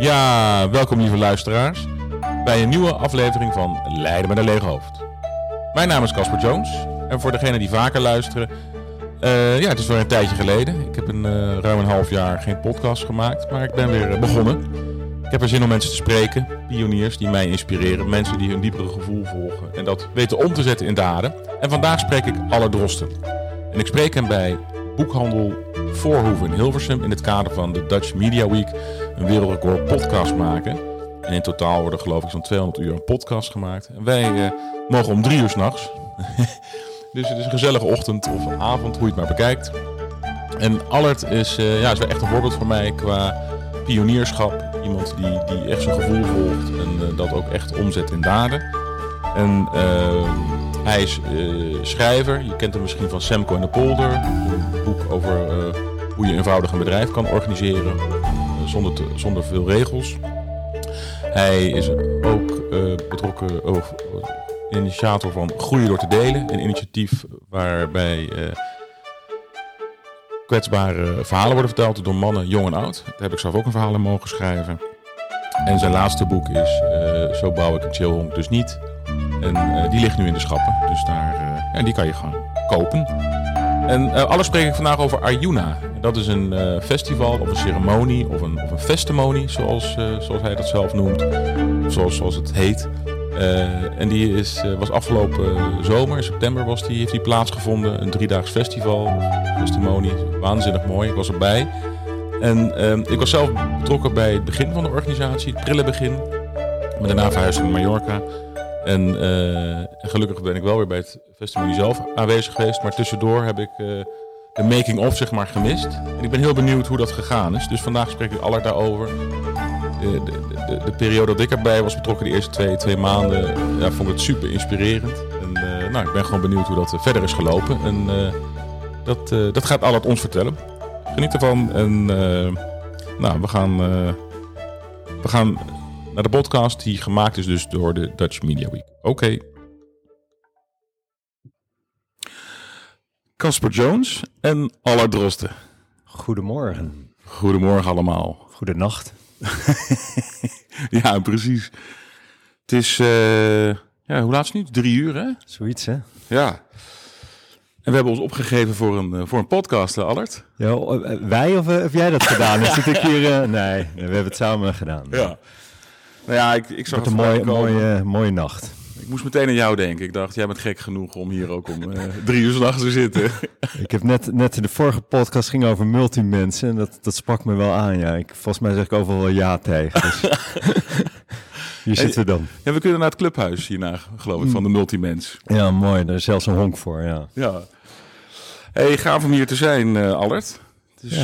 Ja, welkom lieve luisteraars bij een nieuwe aflevering van Leiden met een leeg hoofd. Mijn naam is Casper Jones en voor degenen die vaker luisteren, het is weer een tijdje geleden. Ik heb ruim een half jaar geen podcast gemaakt, maar ik ben weer begonnen. Ik heb er zin om mensen te spreken, pioniers die mij inspireren, mensen die hun diepere gevoel volgen en dat weten om te zetten in daden. En vandaag spreek ik Allard Drosten. En ik spreek hem bij Boekhandel Voorhoeven in Hilversum in het kader van de Dutch Media Week een wereldrecord podcast maken. En in totaal worden geloof ik zo'n 200 uur een podcast gemaakt. En wij mogen om 3 uur 's nachts. Dus het is een gezellige ochtend of avond, hoe je het maar bekijkt. En Allard is wel echt een voorbeeld voor mij qua pionierschap. Iemand die echt zijn gevoel volgt en dat ook echt omzet in daden. En hij is schrijver. Je kent hem misschien van Semco en de Polder. Een boek over hoe je eenvoudig een bedrijf kan organiseren zonder veel regels. Hij is ook betrokken initiator van Groeien door te delen. Een initiatief waarbij kwetsbare verhalen worden verteld door mannen, jong en oud. Daar heb ik zelf ook een verhaal in mogen schrijven. En zijn laatste boek is Zo bouw ik een chillhonk dus niet. En die ligt nu in de schappen. Dus die kan je gewoon kopen. En alles spreek ik vandaag over Arjuna. Dat is een festival of een ceremonie of een festemonie, zoals hij dat zelf noemt. Zoals het heet. En die was afgelopen zomer, in september heeft die plaatsgevonden. Een 3-daags festival, festemonie. Waanzinnig mooi, ik was erbij. En ik was zelf betrokken bij het begin van de organisatie, het prille begin. Maar daarna verhuisde ik naar Mallorca. En gelukkig ben ik wel weer bij het festival zelf aanwezig geweest. Maar tussendoor heb ik de making-of zeg maar gemist. En ik ben heel benieuwd hoe dat gegaan is. Dus vandaag spreek ik Allard daarover. De periode dat ik erbij was betrokken, de eerste twee maanden, vond ik het super inspirerend. En ik ben gewoon benieuwd hoe dat verder is gelopen. En dat gaat Allard ons vertellen. Geniet ervan. En we gaan naar de podcast die gemaakt is dus door de Dutch Media Week. Oké. Casper Jones en Allard Drosten. Goedemorgen. Goedemorgen allemaal. Goedenacht. Ja, precies. Het is, hoe laat is het nu? 3 uur, hè? Zoiets, hè? Ja. En we hebben ons opgegeven voor een podcast, Allard. Ja, wij of heb jij dat gedaan? Zit ik hier? Nee, we hebben het samen gedaan. Ja. Nou ja, ik zag het een mooie nacht. Ik moest meteen aan jou denken. Ik dacht, jij bent gek genoeg om hier ook om 3 uur 's nachts te zitten. Ik heb net de vorige podcast ging over multimensen. En dat sprak me wel aan, ja. Volgens mij zeg ik overal wel ja tegen. Dus. Hier zitten we dan. Ja, we kunnen naar het clubhuis hierna, geloof ik, van de multimens. Ja, mooi. Daar is zelfs een honk voor, ja. Ja. Hey, gaaf om hier te zijn, Allard. Dus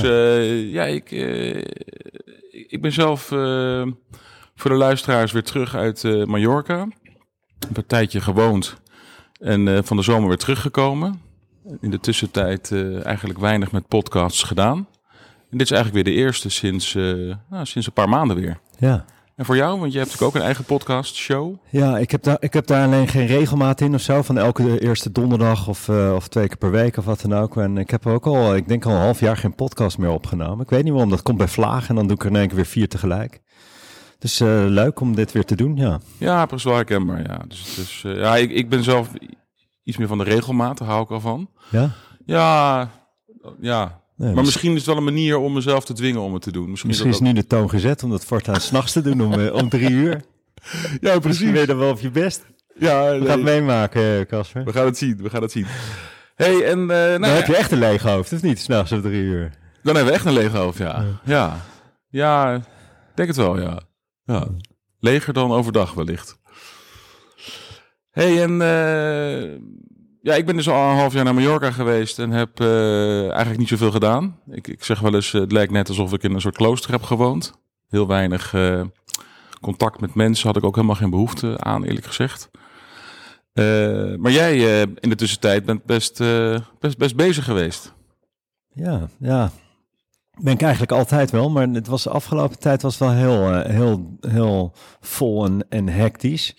ik ben zelf voor de luisteraars weer terug uit Mallorca. Een tijdje gewoond en van de zomer weer teruggekomen. In de tussentijd eigenlijk weinig met podcasts gedaan. En dit is eigenlijk weer de eerste sinds een paar maanden weer. Ja. En voor jou, want je hebt natuurlijk ook een eigen podcastshow. Ja, ik heb daar alleen geen regelmaat in of zo. Van elke eerste donderdag of 2 keer per week of wat dan ook. En ik heb ook al een half jaar geen podcast meer opgenomen. Ik weet niet waarom, dat komt bij vlagen en dan doe ik er in één keer weer 4 tegelijk. Dus leuk om dit weer te doen, ja. Ja, precies wel herkenbaar, ja. Dus ik ben zelf iets meer van de regelmaat, daar hou ik al van. Ja? Ja. Nee, maar misschien is het wel een manier om mezelf te dwingen om het te doen. Misschien is nu de toon gezet om dat voortaan 's nachts te doen om 3 uur. Ja, precies. Je weet dan wel op je best. Ja, we gaan het meemaken, Casper. We gaan het zien. Hey, en dan heb je echt een leeg hoofd, of niet? 's Nachts om 3 uur. Dan hebben we echt een leeg hoofd, ja. Ja, ik denk het wel, ja. Leger dan overdag wellicht. Hey, en ik ben dus al een half jaar naar Mallorca geweest en heb eigenlijk niet zoveel gedaan. Ik zeg wel eens, het lijkt net alsof ik in een soort klooster heb gewoond. Heel weinig contact met mensen had ik ook helemaal geen behoefte aan, eerlijk gezegd. Maar jij in de tussentijd bent best bezig geweest. Ja. Ben ik eigenlijk altijd wel, maar het was de afgelopen tijd was wel heel vol en hectisch.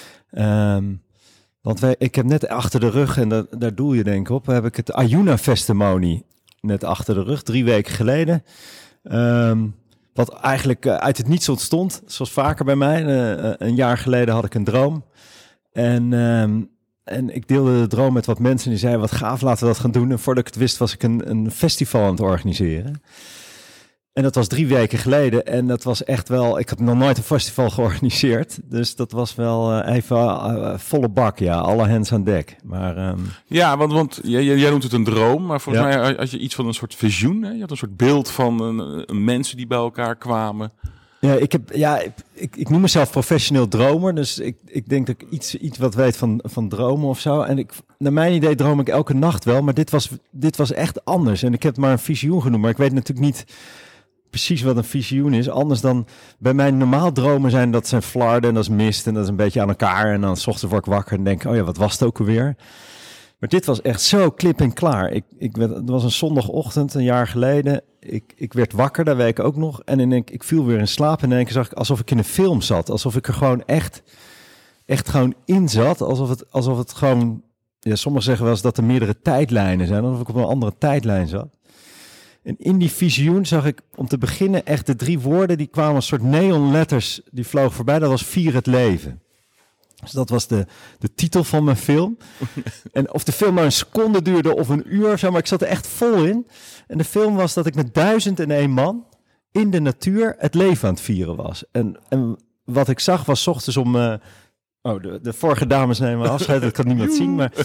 Want ik heb net achter de rug, en daar doel je denk ik op, heb ik het Arjuna Festemonie net achter de rug, 3 weken geleden. wat eigenlijk uit het niets ontstond. Zoals vaker bij mij. Een jaar geleden had ik een droom. En ik deelde de droom met wat mensen. Die zeiden, wat gaaf, laten we dat gaan doen. En voordat ik het wist, was ik een festival aan het organiseren. En dat was 3 weken geleden. En dat was echt wel... Ik heb nog nooit een festival georganiseerd. Dus dat was wel even volle bak, ja. Alle hands aan dek. Maar, Ja, want jij noemt het een droom. Maar volgens mij had je iets van een soort visioen. Hè? Je had een soort beeld van een mensen die bij elkaar kwamen. Ja, ik noem mezelf professioneel dromer. Dus ik denk dat ik iets wat weet van dromen of zo. En naar mijn idee droom ik elke nacht wel. Maar dit was echt anders. En ik heb het maar een visioen genoemd. Maar ik weet natuurlijk niet precies wat een visioen is. Anders dan bij mij normaal dromen dat zijn flarden en dat is mist. En dat is een beetje aan elkaar. En dan 's ochtends word ik wakker en denk, oh ja, wat was het ook alweer? Maar dit was echt zo klip en klaar. Het was een zondagochtend, een jaar geleden. Ik werd wakker, dat weet ik ook nog. En ik viel weer in slaap. En in één keer zag ik alsof ik in een film zat. Alsof ik er gewoon echt gewoon in zat. Alsof het gewoon... Ja, sommigen zeggen wel eens dat er meerdere tijdlijnen zijn. Alsof ik op een andere tijdlijn zat. En in die visioen zag ik om te beginnen echt de 3 woorden. Die kwamen als soort neonletters. Die vlogen voorbij. Dat was vier het leven. Dus dat was de titel van mijn film. En of de film maar een seconde duurde of een uur of zo, maar ik zat er echt vol in. En de film was dat ik met 1001 man in de natuur het leven aan het vieren was. En wat ik zag was 's ochtends om... de vorige dames nemen afscheid, dat kan niemand zien. Maar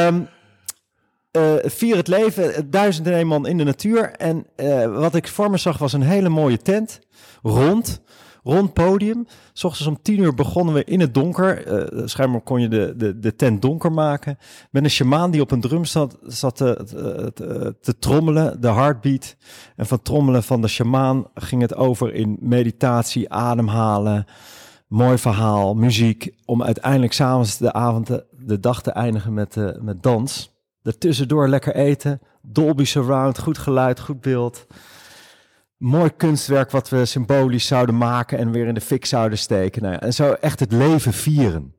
vier het leven, 1001 man in de natuur. En wat ik voor me zag was een hele mooie tent, rond podium. 's Ochtends om 10 uur begonnen we in het donker. Schijnbaar kon je de tent donker maken. Met een sjamaan die op een drum zat te trommelen, de heartbeat. En van trommelen van de sjamaan ging het over in meditatie, ademhalen, mooi verhaal, muziek. Om uiteindelijk 's avonds de dag te eindigen met dans. Daartussendoor lekker eten, Dolby Surround, goed geluid, goed beeld. Mooi kunstwerk wat we symbolisch zouden maken en weer in de fik zouden steken. Nou ja, en zo echt het leven vieren.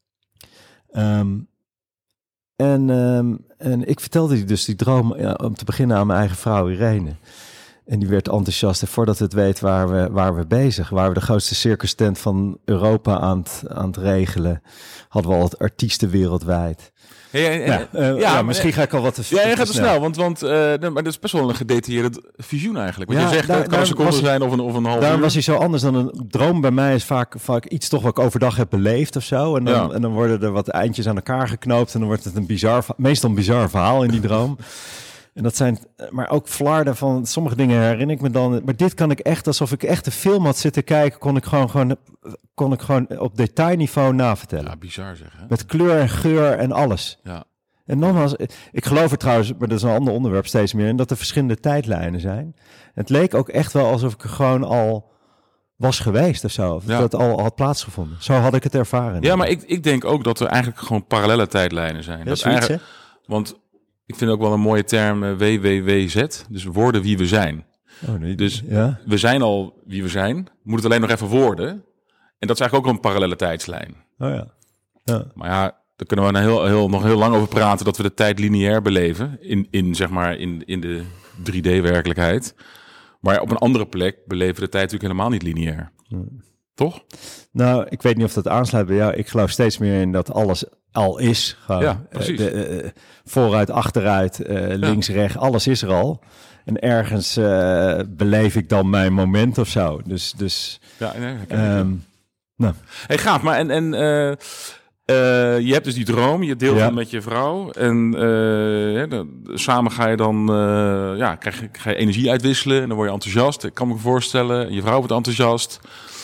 En ik vertelde dus die droom om te beginnen aan mijn eigen vrouw Irene. En die werd enthousiast. En voordat het weet waren we bezig. Waren we de grootste circus tent van Europa aan het regelen. Hadden we al het artiesten wereldwijd. Misschien ga ik al wat te snel. Ja, je gaat te snel, maar dat is best wel een gedetailleerde visioen eigenlijk. Want je zegt, het kan een seconde zijn of een half uur. Daarom was hij zo anders dan een droom. Bij mij is vaak iets toch wat ik overdag heb beleefd of zo. En dan worden er wat eindjes aan elkaar geknoopt. En dan wordt het meestal een bizar verhaal in die droom. En dat zijn, maar ook flarden van sommige dingen herinner ik me dan. Maar dit kan ik echt, alsof ik echt een film had zitten kijken, kon ik gewoon op detailniveau navertellen. Ja, bizar zeg. Hè? Met kleur en geur en alles. Ja. En nogmaals, ik geloof er trouwens, maar dat is een ander onderwerp steeds meer, in dat er verschillende tijdlijnen zijn. Het leek ook echt wel alsof ik er gewoon al was geweest of zo. Of dat al had plaatsgevonden. Zo had ik het ervaren. Ja, maar ik denk ook dat er eigenlijk gewoon parallele tijdlijnen zijn. Dat zoiets, want ik vind ook wel een mooie term WWWZ. Dus worden wie we zijn. Oh, nee, dus we zijn al wie we zijn. Moet het alleen nog even worden. En dat is eigenlijk ook een parallele tijdslijn. Oh ja. Maar ja, daar kunnen we nog heel lang over praten. Dat we de tijd lineair beleven. In de 3D-werkelijkheid. Maar op een andere plek beleven we de tijd natuurlijk helemaal niet lineair. Toch? Nou, ik weet niet of dat aansluit bij jou. Ik geloof steeds meer in dat alles al is. Gewoon, ja, precies. Vooruit, achteruit, links, rechts, alles is er al. En ergens beleef ik dan mijn moment of zo. Dus ja, nou. Hey, gaaf. Maar je hebt dus die droom, je deelt hem met je vrouw. En samen ga je dan ga je energie uitwisselen. En dan word je enthousiast. Ik kan me voorstellen. Je vrouw wordt enthousiast.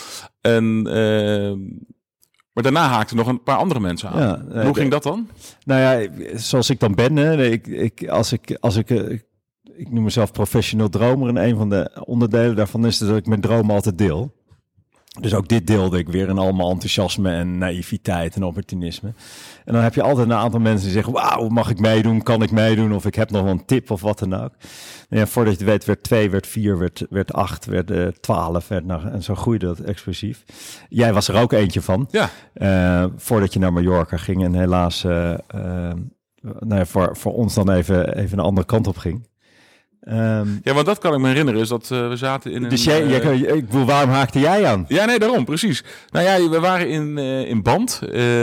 Maar daarna haakten nog een paar andere mensen aan. Ja, hoe ging dat dan? Nou ja, zoals ik dan ben. Hè, ik noem mezelf professioneel dromer. En een van de onderdelen daarvan is dat ik mijn dromen altijd deel. Dus ook dit deelde ik weer in allemaal enthousiasme en naïviteit en opportunisme. En dan heb je altijd een aantal mensen die zeggen, wauw, mag ik meedoen? Kan ik meedoen? Of ik heb nog wel een tip of wat dan ook. En ja, voordat je het weet werd 2, werd 4, werd 8, werd 12. En zo groeide dat explosief. Jij was er ook eentje van. Ja. Voordat je naar Mallorca ging en helaas voor ons dan even een andere kant op ging. Ja, want dat kan ik me herinneren, is dat we zaten in een... Dus ik bedoel, waarom haakte jij aan? Ja, nee, daarom, precies. Nou ja, we waren in Band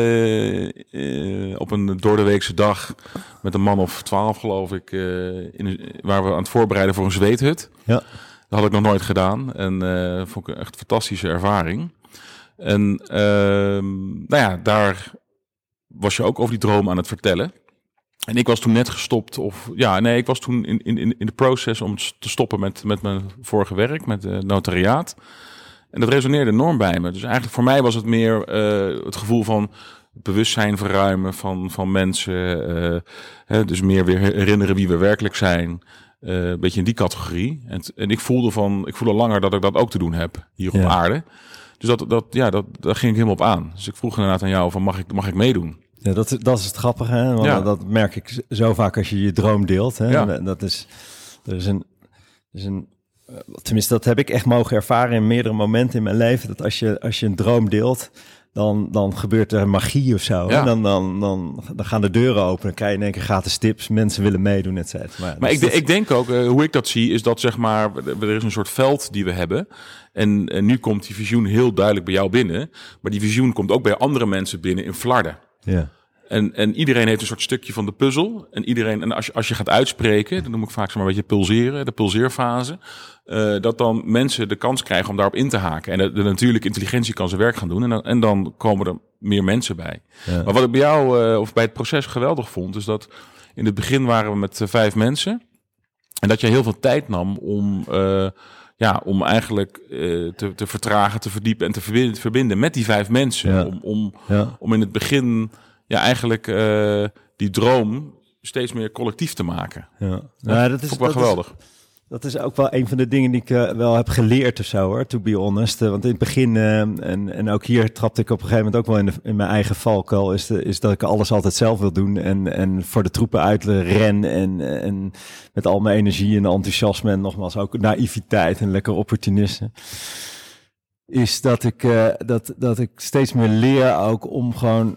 op een doordeweekse dag met een man of 12, geloof ik, waar we aan het voorbereiden voor een zweethut. Ja. Dat had ik nog nooit gedaan en vond ik een echt fantastische ervaring. En nou ja, daar was je ook over die droom aan het vertellen. En ik was toen net gestopt, ik was toen in de proces om te stoppen met mijn vorige werk, met notariaat. En dat resoneerde enorm bij me. Dus eigenlijk voor mij was het meer het gevoel van bewustzijn verruimen van mensen. Dus meer weer herinneren wie we werkelijk zijn. Een beetje in die categorie. En ik voelde langer dat ik dat ook te doen heb hier op aarde. Dus daar ging ik helemaal op aan. Dus ik vroeg inderdaad aan jou van mag ik meedoen? Ja, dat is het grappige, hè? Want dat merk ik zo vaak als je je droom deelt. Hè? Ja. Er is een tenminste, dat heb ik echt mogen ervaren in meerdere momenten in mijn leven. Dat als je een droom deelt, dan gebeurt er magie of zo. Ja. Dan gaan de deuren open. Dan krijg je in één keer gratis tips. Mensen willen meedoen, et cetera. Maar ik denk ook, hoe ik dat zie, is dat zeg maar, er is een soort veld die we hebben. En nu komt die visioen heel duidelijk bij jou binnen. Maar die visioen komt ook bij andere mensen binnen in Vlaarden. Ja. En iedereen heeft een soort stukje van de puzzel. En als je gaat uitspreken, dan noem ik vaak zomaar een beetje pulseren, de pulseerfase. Dat dan mensen de kans krijgen om daarop in te haken. En de natuurlijke intelligentie kan zijn werk gaan doen. En dan komen er meer mensen bij. Ja. Maar wat ik bij jou, of bij het proces geweldig vond, is dat in het begin waren we met 5 mensen. En dat je heel veel tijd nam om eigenlijk te vertragen, te verdiepen en te verbinden met die 5 mensen. Ja. Om in het begin eigenlijk die droom steeds meer collectief te maken. Ja. Dat is wel geweldig. Dat is ook wel een van de dingen die ik wel heb geleerd of zo, hoor, to be honest. Want in het begin, en ook hier trapte ik op een gegeven moment ook wel in mijn eigen valkuil, is dat ik alles altijd zelf wil doen en voor de troepen uit ren en met al mijn energie en enthousiasme en nogmaals ook naïviteit en lekker opportunisme. Is dat ik steeds meer leer ook om gewoon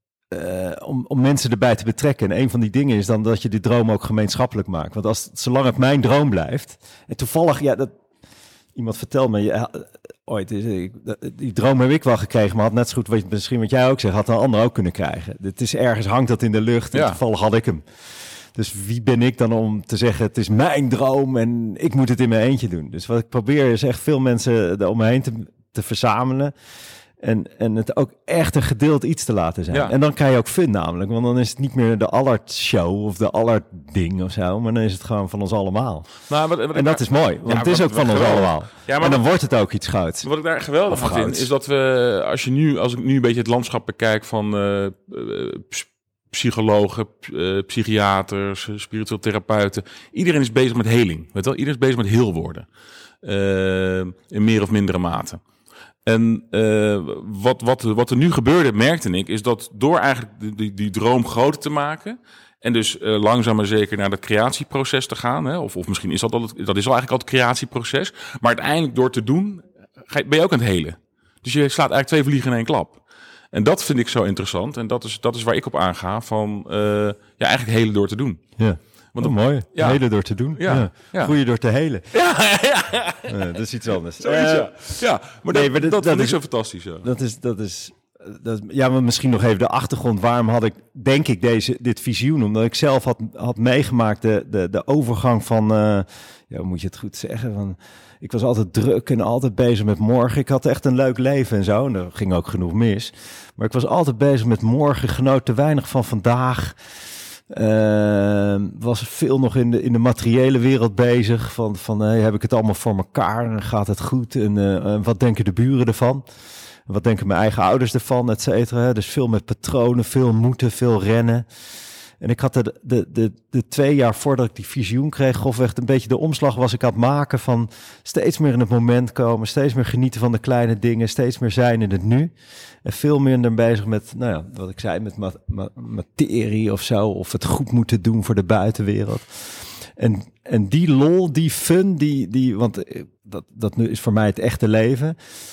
om mensen erbij te betrekken. En een van die dingen is dan dat je die droom ook gemeenschappelijk maakt. Want zolang het mijn droom blijft, en toevallig, iemand vertelt me, ooit, die droom heb ik wel gekregen, maar had net zo goed, misschien wat jij ook zegt, had een ander ook kunnen krijgen. Het is ergens, hangt dat in de lucht, en toevallig had ik hem. Dus wie ben ik dan om te zeggen, het is mijn droom en ik moet het in mijn eentje doen. Dus wat ik probeer is echt veel mensen om me heen te verzamelen. En het ook echt een gedeeld iets te laten zijn. Ja. En dan krijg je ook fun namelijk. Want dan is het niet meer de Allard show of de Allard ding of zo. Maar dan is het gewoon van ons allemaal. En dat is mooi. Want het is ook van ons allemaal. Ja, en dan wordt het ook iets gouds. Wat ik daar geweldig van vind, is dat we, als ik nu een beetje het landschap bekijk van psychologen, psychiaters, spiritueel therapeuten. Iedereen is bezig met heling. Weet wel? Iedereen is bezig met heel worden. In meer of mindere mate. En wat er nu gebeurde, merkte ik, is dat door eigenlijk die droom groter te maken en dus langzaam maar zeker naar dat creatieproces te gaan, hè, of misschien is dat al eigenlijk al het creatieproces, maar uiteindelijk door te doen, ben je ook aan het helen. Dus je slaat eigenlijk 2 vliegen in 1 klap. En dat vind ik zo interessant en dat is waar ik op aanga van eigenlijk helen door te doen. Ja. Want mooi. Ja. Helen door te doen. Ja. Groeien door te helen. Ja. Dat is iets anders. Maar dat vind ik zo fantastisch. Ja. Dat is, maar misschien nog even de achtergrond. Waarom had ik, denk ik, dit visioen? Omdat ik zelf had meegemaakt de overgang van, hoe moet je het goed zeggen? Van, ik was altijd druk en altijd bezig met morgen. Ik had echt een leuk leven en zo. En er ging ook genoeg mis. Maar ik was altijd bezig met morgen. Genoot te weinig van vandaag. Was veel nog in de materiële wereld bezig. Van heb ik het allemaal voor elkaar? En gaat het goed? En wat denken de buren ervan? Wat denken mijn eigen ouders ervan? Et cetera. Dus veel met patronen, veel moeten, veel rennen. En ik had de 2 jaar voordat ik die visioen kreeg, grofweg een beetje de omslag was ik aan het maken van steeds meer in het moment komen, steeds meer genieten van de kleine dingen, steeds meer zijn in het nu. En veel minder bezig met, wat ik zei, met materie of zo, of het goed moeten doen voor de buitenwereld. En die lol, die fun, want dat nu is voor mij het echte leven.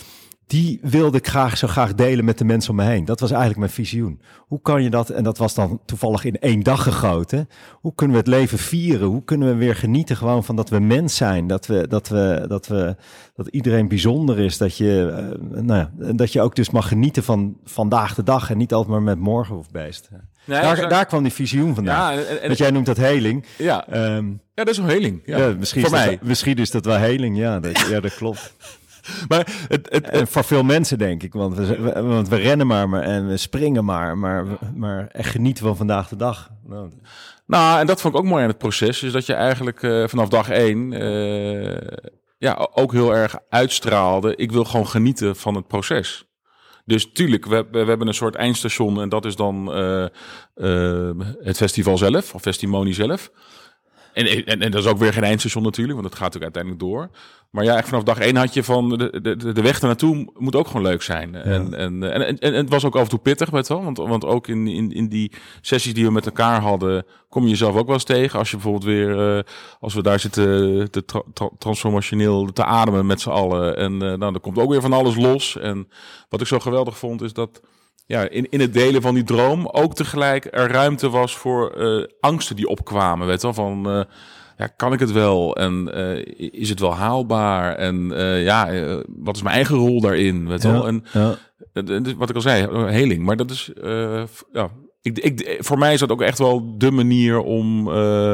die wilde ik zo graag delen met de mensen om me heen. Dat was eigenlijk mijn visioen. Hoe kan je dat, en dat was dan toevallig in 1 dag gegoten. Hoe kunnen we het leven vieren? Hoe kunnen we weer genieten gewoon van dat we mens zijn? Dat iedereen bijzonder is. Dat je ook dus mag genieten van vandaag de dag en niet altijd maar met morgen hoeft bezig. Nee, daar kwam die visioen vandaan. Ja, dat jij noemt dat heling. Ja, ja, dat is een heling. Ja. Misschien is dat wel heling. Ja, dat klopt. Maar en voor veel mensen denk ik, want we rennen maar en we springen maar echt genieten van vandaag de dag. Nou, en dat vond ik ook mooi aan het proces, is dat je eigenlijk vanaf dag 1 ook heel erg uitstraalde. Ik wil gewoon genieten van het proces. Dus tuurlijk, we hebben een soort eindstation en dat is dan het festival zelf, of Festimonie zelf. En dat is ook weer geen eindstation natuurlijk, want het gaat natuurlijk uiteindelijk door. Maar ja, echt vanaf dag 1 had je van de weg ernaartoe moet ook gewoon leuk zijn. Ja. En het was ook af en toe pittig, weet je wel. Want ook in die sessies die we met elkaar hadden, kom je jezelf ook wel eens tegen. Als je bijvoorbeeld weer, als we daar zitten transformationeel te ademen met z'n allen. En dan komt ook weer van alles los. En wat ik zo geweldig vond, is dat in het delen van die droom ook tegelijk er ruimte was voor angsten die opkwamen. Weet je wel, van kan ik het wel? En is het wel haalbaar? En wat is mijn eigen rol daarin? Weet je wel? En wat ik al zei, heling. Maar dat is, voor mij is dat ook echt wel de manier om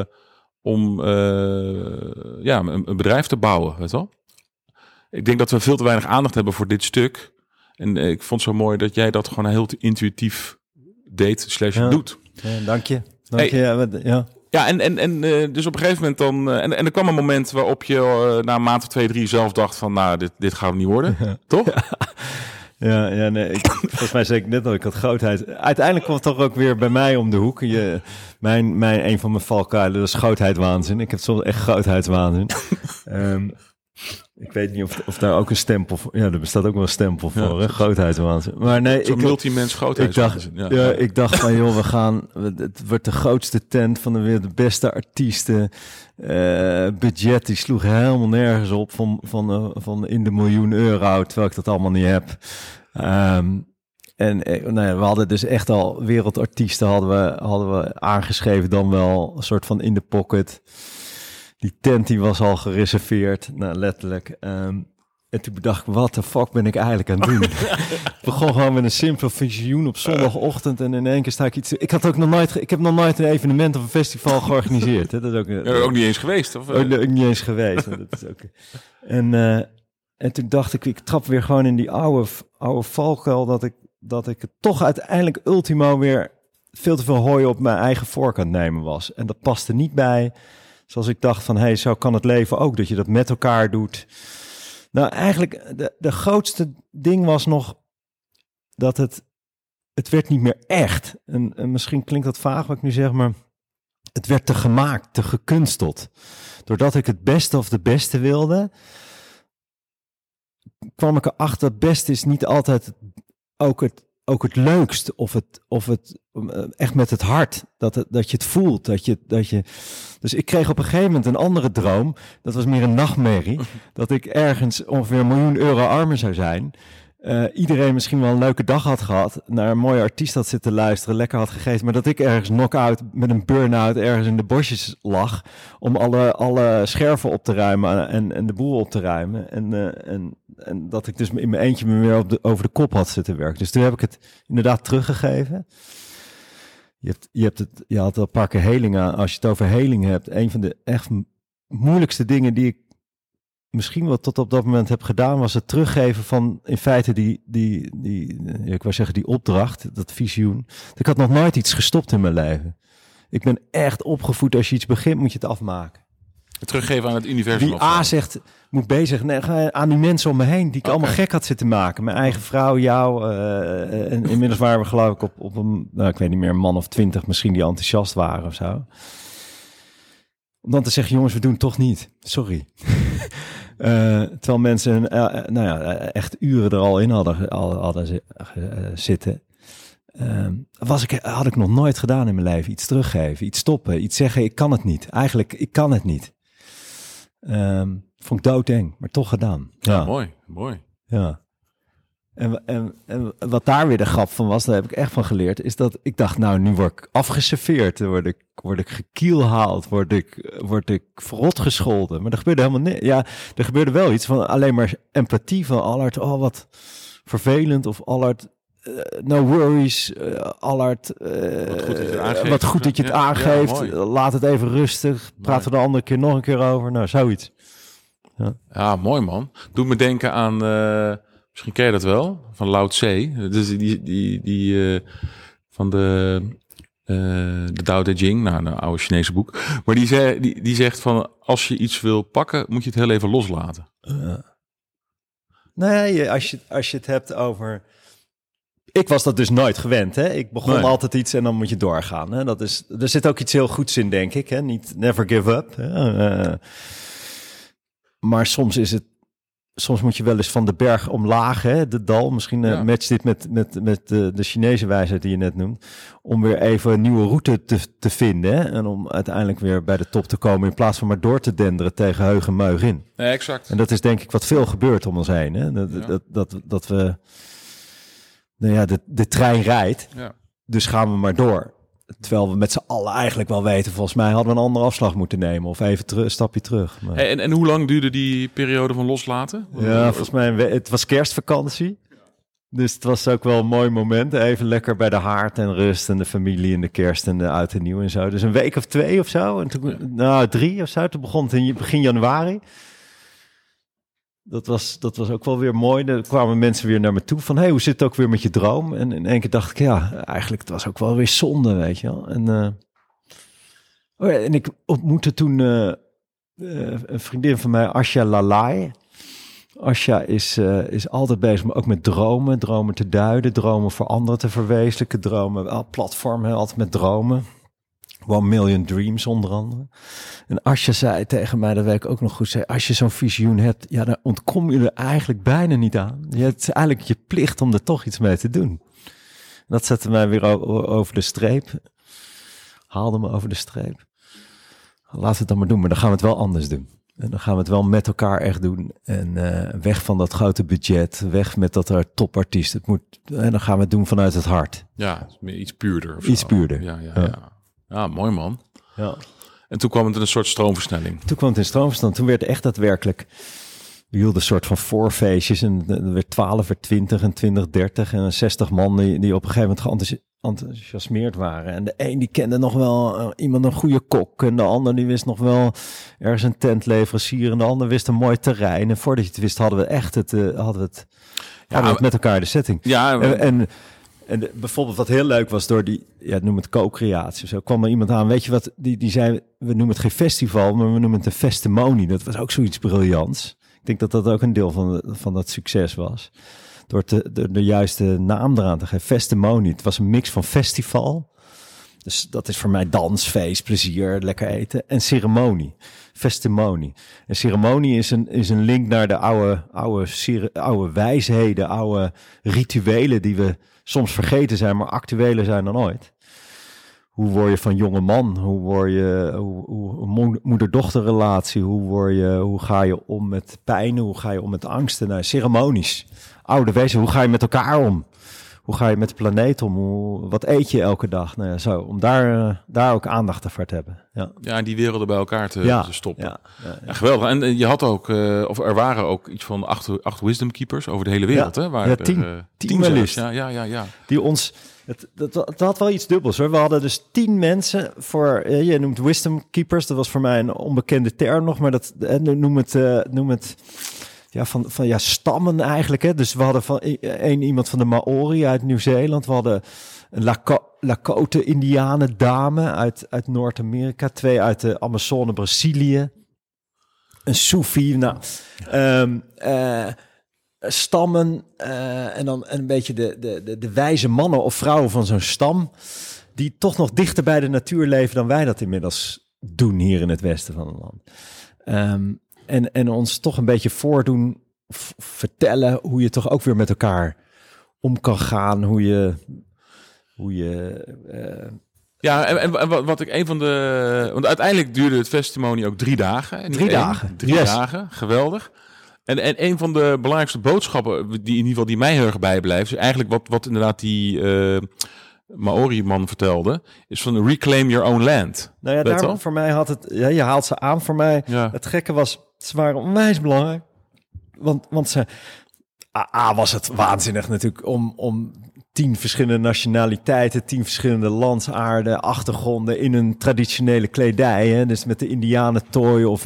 een bedrijf te bouwen. Weet je wel? Ik denk dat we veel te weinig aandacht hebben voor dit stuk. En ik vond het zo mooi dat jij dat gewoon heel intuïtief deed / doet. Ja, dank je. Ja, en dus op een gegeven moment dan... En er kwam een moment waarop je na een maand of 2, 3 zelf dacht van... Nou, dit gaat niet worden, toch? Ja, nee. Volgens mij zei ik net al, ik had grootheid. Uiteindelijk kwam het toch ook weer bij mij om de hoek. Een van mijn valkuilen, dat is grootheidswaanzin. Ik heb soms echt grootheidswaanzin. Ik weet niet of daar ook een stempel voor... Ja, er bestaat ook wel een stempel voor, hè? Grootheidswaanzin. Maar nee, zo'n multimens grootheidswaanzin. Ik dacht van, joh, het wordt de grootste tent van de wereld, de beste artiesten. Budget, die sloeg helemaal nergens op van in de €1 miljoen, terwijl ik dat allemaal niet heb. We hadden dus echt al wereldartiesten hadden we aangeschreven, dan wel een soort van in de pocket. Die tent die was al gereserveerd, letterlijk. En toen bedacht ik, wat de fuck ben ik eigenlijk aan het doen? Ik begon gewoon met een simpel visioen op zondagochtend en in één keer sta ik iets... Ik heb nog nooit een evenement of een festival georganiseerd. Hè? Dat is ook niet eens geweest? Of? Ook niet eens geweest. Dat is ook... En toen dacht ik trap weer gewoon in die oude valkuil dat ik het toch uiteindelijk ultimo weer veel te veel hooi op mijn eigen voorkant nemen was. En dat paste niet bij... Zoals ik dacht van, zo kan het leven ook, dat je dat met elkaar doet. Nou, eigenlijk, de grootste ding was nog dat het werd niet meer echt. En misschien klinkt dat vaag wat ik nu zeg, maar het werd te gemaakt, te gekunsteld. Doordat ik het beste of de beste wilde, kwam ik erachter, het beste is niet altijd ook het leukst of het echt met het hart dat je het voelt dat je dus ik kreeg op een gegeven moment een andere droom, dat was meer een nachtmerrie, dat ik ergens ongeveer €1 miljoen armer zou zijn, iedereen misschien wel een leuke dag had gehad, naar een mooie artiest had zitten luisteren, lekker had gegeten, maar dat ik ergens knock-out met een burn-out ergens in de bosjes lag om alle scherven op te ruimen en de boel op te ruimen en dat ik dus in mijn eentje me weer over de kop had zitten werken. Dus toen heb ik het inderdaad teruggegeven. Je had al een paar keer heling aan. Als je het over heling hebt, een van de echt moeilijkste dingen die ik misschien wel tot op dat moment heb gedaan, was het teruggeven van in feite ik wou zeggen die opdracht, dat visioen. Ik had nog nooit iets gestopt in mijn leven. Ik ben echt opgevoed, als je iets begint, moet je het afmaken. Het teruggeven aan het universum. Die A zegt, moet bezig aan die mensen om me heen, die ik allemaal gek had zitten maken. Mijn eigen vrouw, jou. En inmiddels waren we geloof ik op een, ik weet niet meer, een man of 20 misschien die enthousiast waren of zo. Om dan te zeggen, jongens, we doen het toch niet. Sorry. Terwijl mensen echt uren er al in hadden zitten. Had ik nog nooit gedaan in mijn leven. Iets teruggeven, iets stoppen, iets zeggen, ik kan het niet. Eigenlijk, ik kan het niet. Vond ik doodeng, maar toch gedaan. Ja, mooi. Ja. En wat daar weer de grap van was, daar heb ik echt van geleerd, is dat ik dacht, nou, nu word ik afgeserveerd, dan word ik gekielhaald, word ik verrot gescholden. Maar er gebeurde helemaal niks. Ja, er gebeurde wel iets van alleen maar empathie van Allard, oh, wat vervelend, of Allard, no worries, Allard, wat goed dat je het aangeeft. Laat het even rustig, praten we de andere keer nog een keer over. Nou, zoiets. Ja, mooi man. Doet me denken aan, misschien ken je dat wel, van Lao Tse. Dus die van de Tao Te Ching, nou, een oude Chinese boek. Maar die zegt van, als je iets wil pakken, moet je het heel even loslaten. Nee, als je het hebt over... Ik was dat dus nooit gewend, hè. Ik begon altijd iets en dan moet je doorgaan. Hè? Er zit ook iets heel goeds in, denk ik. Hè? Niet never give up. Hè? Maar soms moet je wel eens van de berg omlaag, hè, de dal. Misschien matcht dit met de Chinese wijsheid die je net noemt. Om weer even een nieuwe route te vinden. Hè, en om uiteindelijk weer bij de top te komen. In plaats van maar door te denderen tegen heug en meug in. Ja, exact. En dat is denk ik wat veel gebeurt om ons heen. Hè? Dat we... Nou ja, de trein rijdt. Ja. Dus gaan we maar door. Terwijl we met z'n allen eigenlijk wel weten, volgens mij hadden we een andere afslag moeten nemen. Of even een stapje terug. Maar... En hoe lang duurde die periode van loslaten? Ja, volgens mij, het was kerstvakantie. Dus het was ook wel een mooi moment. Even lekker bij de haard en rust en de familie en de kerst en de oud en nieuw en zo. Dus een week of 2 of zo. En toen, 3 of zo. Toen begon het in begin januari. Dat was ook wel weer mooi. Er kwamen mensen weer naar me toe van... hey, hoe zit het ook weer met je droom? En in één keer dacht ik, ja, eigenlijk het was ook wel weer zonde, weet je wel. En ik ontmoette toen een vriendin van mij, Asja Lalai. Asja is altijd bezig, maar ook met dromen. Dromen te duiden, dromen voor anderen te verwezenlijken. Dromen, platform, altijd met dromen. 1 Million Dreams onder andere. En Asja zei tegen mij, dat weet ik ook nog goed, zei, als je zo'n visioen hebt, ja, dan ontkom je er eigenlijk bijna niet aan. Het is eigenlijk je plicht om er toch iets mee te doen. En dat zette mij weer over de streep. Haalde me over de streep. Laten we het dan maar doen, maar dan gaan we het wel anders doen. En dan gaan we het wel met elkaar echt doen. En weg van dat grote budget, weg met dat er topartiest. En dan gaan we het doen vanuit het hart. Ja, iets puurder. Iets puurder. Ja. Ja, mooi man. Ja. En toen kwam het in een soort stroomversnelling. Toen werd echt daadwerkelijk... We hielden een soort van voorfeestjes. En er werd 12 er 20 en 20, 30 en 60 man die op een gegeven moment enthousiasmeerd waren. En de een die kende nog wel iemand een goede kok. En de ander die wist nog wel ergens een tentleverancier. En de ander wist een mooi terrein. En voordat je het wist hadden we echt het met elkaar de setting. Ja, En bijvoorbeeld wat heel leuk was door die, noem het co-creatie. Zo kwam er iemand aan, weet je wat, die zei, we noemen het geen festival, maar we noemen het een festimonie. Dat was ook zoiets briljants. Ik denk dat dat ook een deel van dat succes was. Door de juiste naam eraan te geven, festimonie. Het was een mix van festival. Dus dat is voor mij dans, feest, plezier, lekker eten. En ceremonie, festimonie. En ceremonie is een link naar de oude wijsheden, oude rituelen die we soms vergeten zijn, maar actueler zijn dan ooit. Hoe word je van jonge man? Hoe word je moeder-dochterrelatie? Hoe ga je om met pijn? Hoe ga je om met angsten? Nou, ceremonies. Oude wezen, hoe ga je met elkaar om? Hoe ga je met de planeet om? Wat eet je elke dag? Nou ja, zo, om daar ook aandacht voor te hebben. Ja, en die werelden bij elkaar te stoppen. Ja, geweldig. En je had ook, er waren ook iets van 8 wisdom keepers over de hele wereld. Hè? Waar 10 maar liefst. Ja. Die ons... Het had wel iets dubbels hoor. We hadden dus 10 mensen voor... je noemt wisdom keepers. Dat was voor mij een onbekende term nog. Maar noem het van stammen eigenlijk. Hè. Dus we hadden iemand van de Maori uit Nieuw-Zeeland. We hadden een Lakota-Indianen dame uit Noord-Amerika. 2 uit de Amazone, Brazilië. Een Soefi. Stammen en dan een beetje de wijze mannen of vrouwen van zo'n stam... die toch nog dichter bij de natuur leven dan wij dat inmiddels doen hier in het westen van het land. En ons toch een beetje voordoen, vertellen hoe je toch ook weer met elkaar om kan gaan. Hoe je Ja, en wat ik een van de... Want uiteindelijk duurde het festimonie ook 3 dagen. 3 dagen. 3 dagen, geweldig. En een van de belangrijkste boodschappen die in ieder geval die mij heel erg bijblijft, is eigenlijk wat inderdaad die Maori-man vertelde, is van reclaim your own land. Nou ja, daar voor mij had het... Ja, je haalt ze aan voor mij. Ja. Het gekke was, ze waren onwijs belangrijk. Want ze... was het waanzinnig natuurlijk om 10 verschillende nationaliteiten, 10 verschillende landsaarden, achtergronden in een traditionele kledij. Hè? Dus met de indianentooi of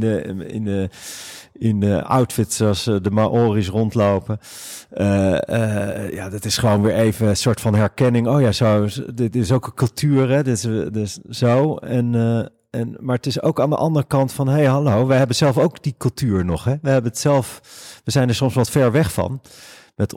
in de outfits zoals de Maori's rondlopen. Dat is gewoon weer even een soort van herkenning. Oh ja, dit is ook een cultuur, hè? Dit is zo. Maar het is ook aan de andere kant van, hey, hallo, wij hebben zelf ook die cultuur nog, hè? We hebben het zelf, we zijn er soms wat ver weg van met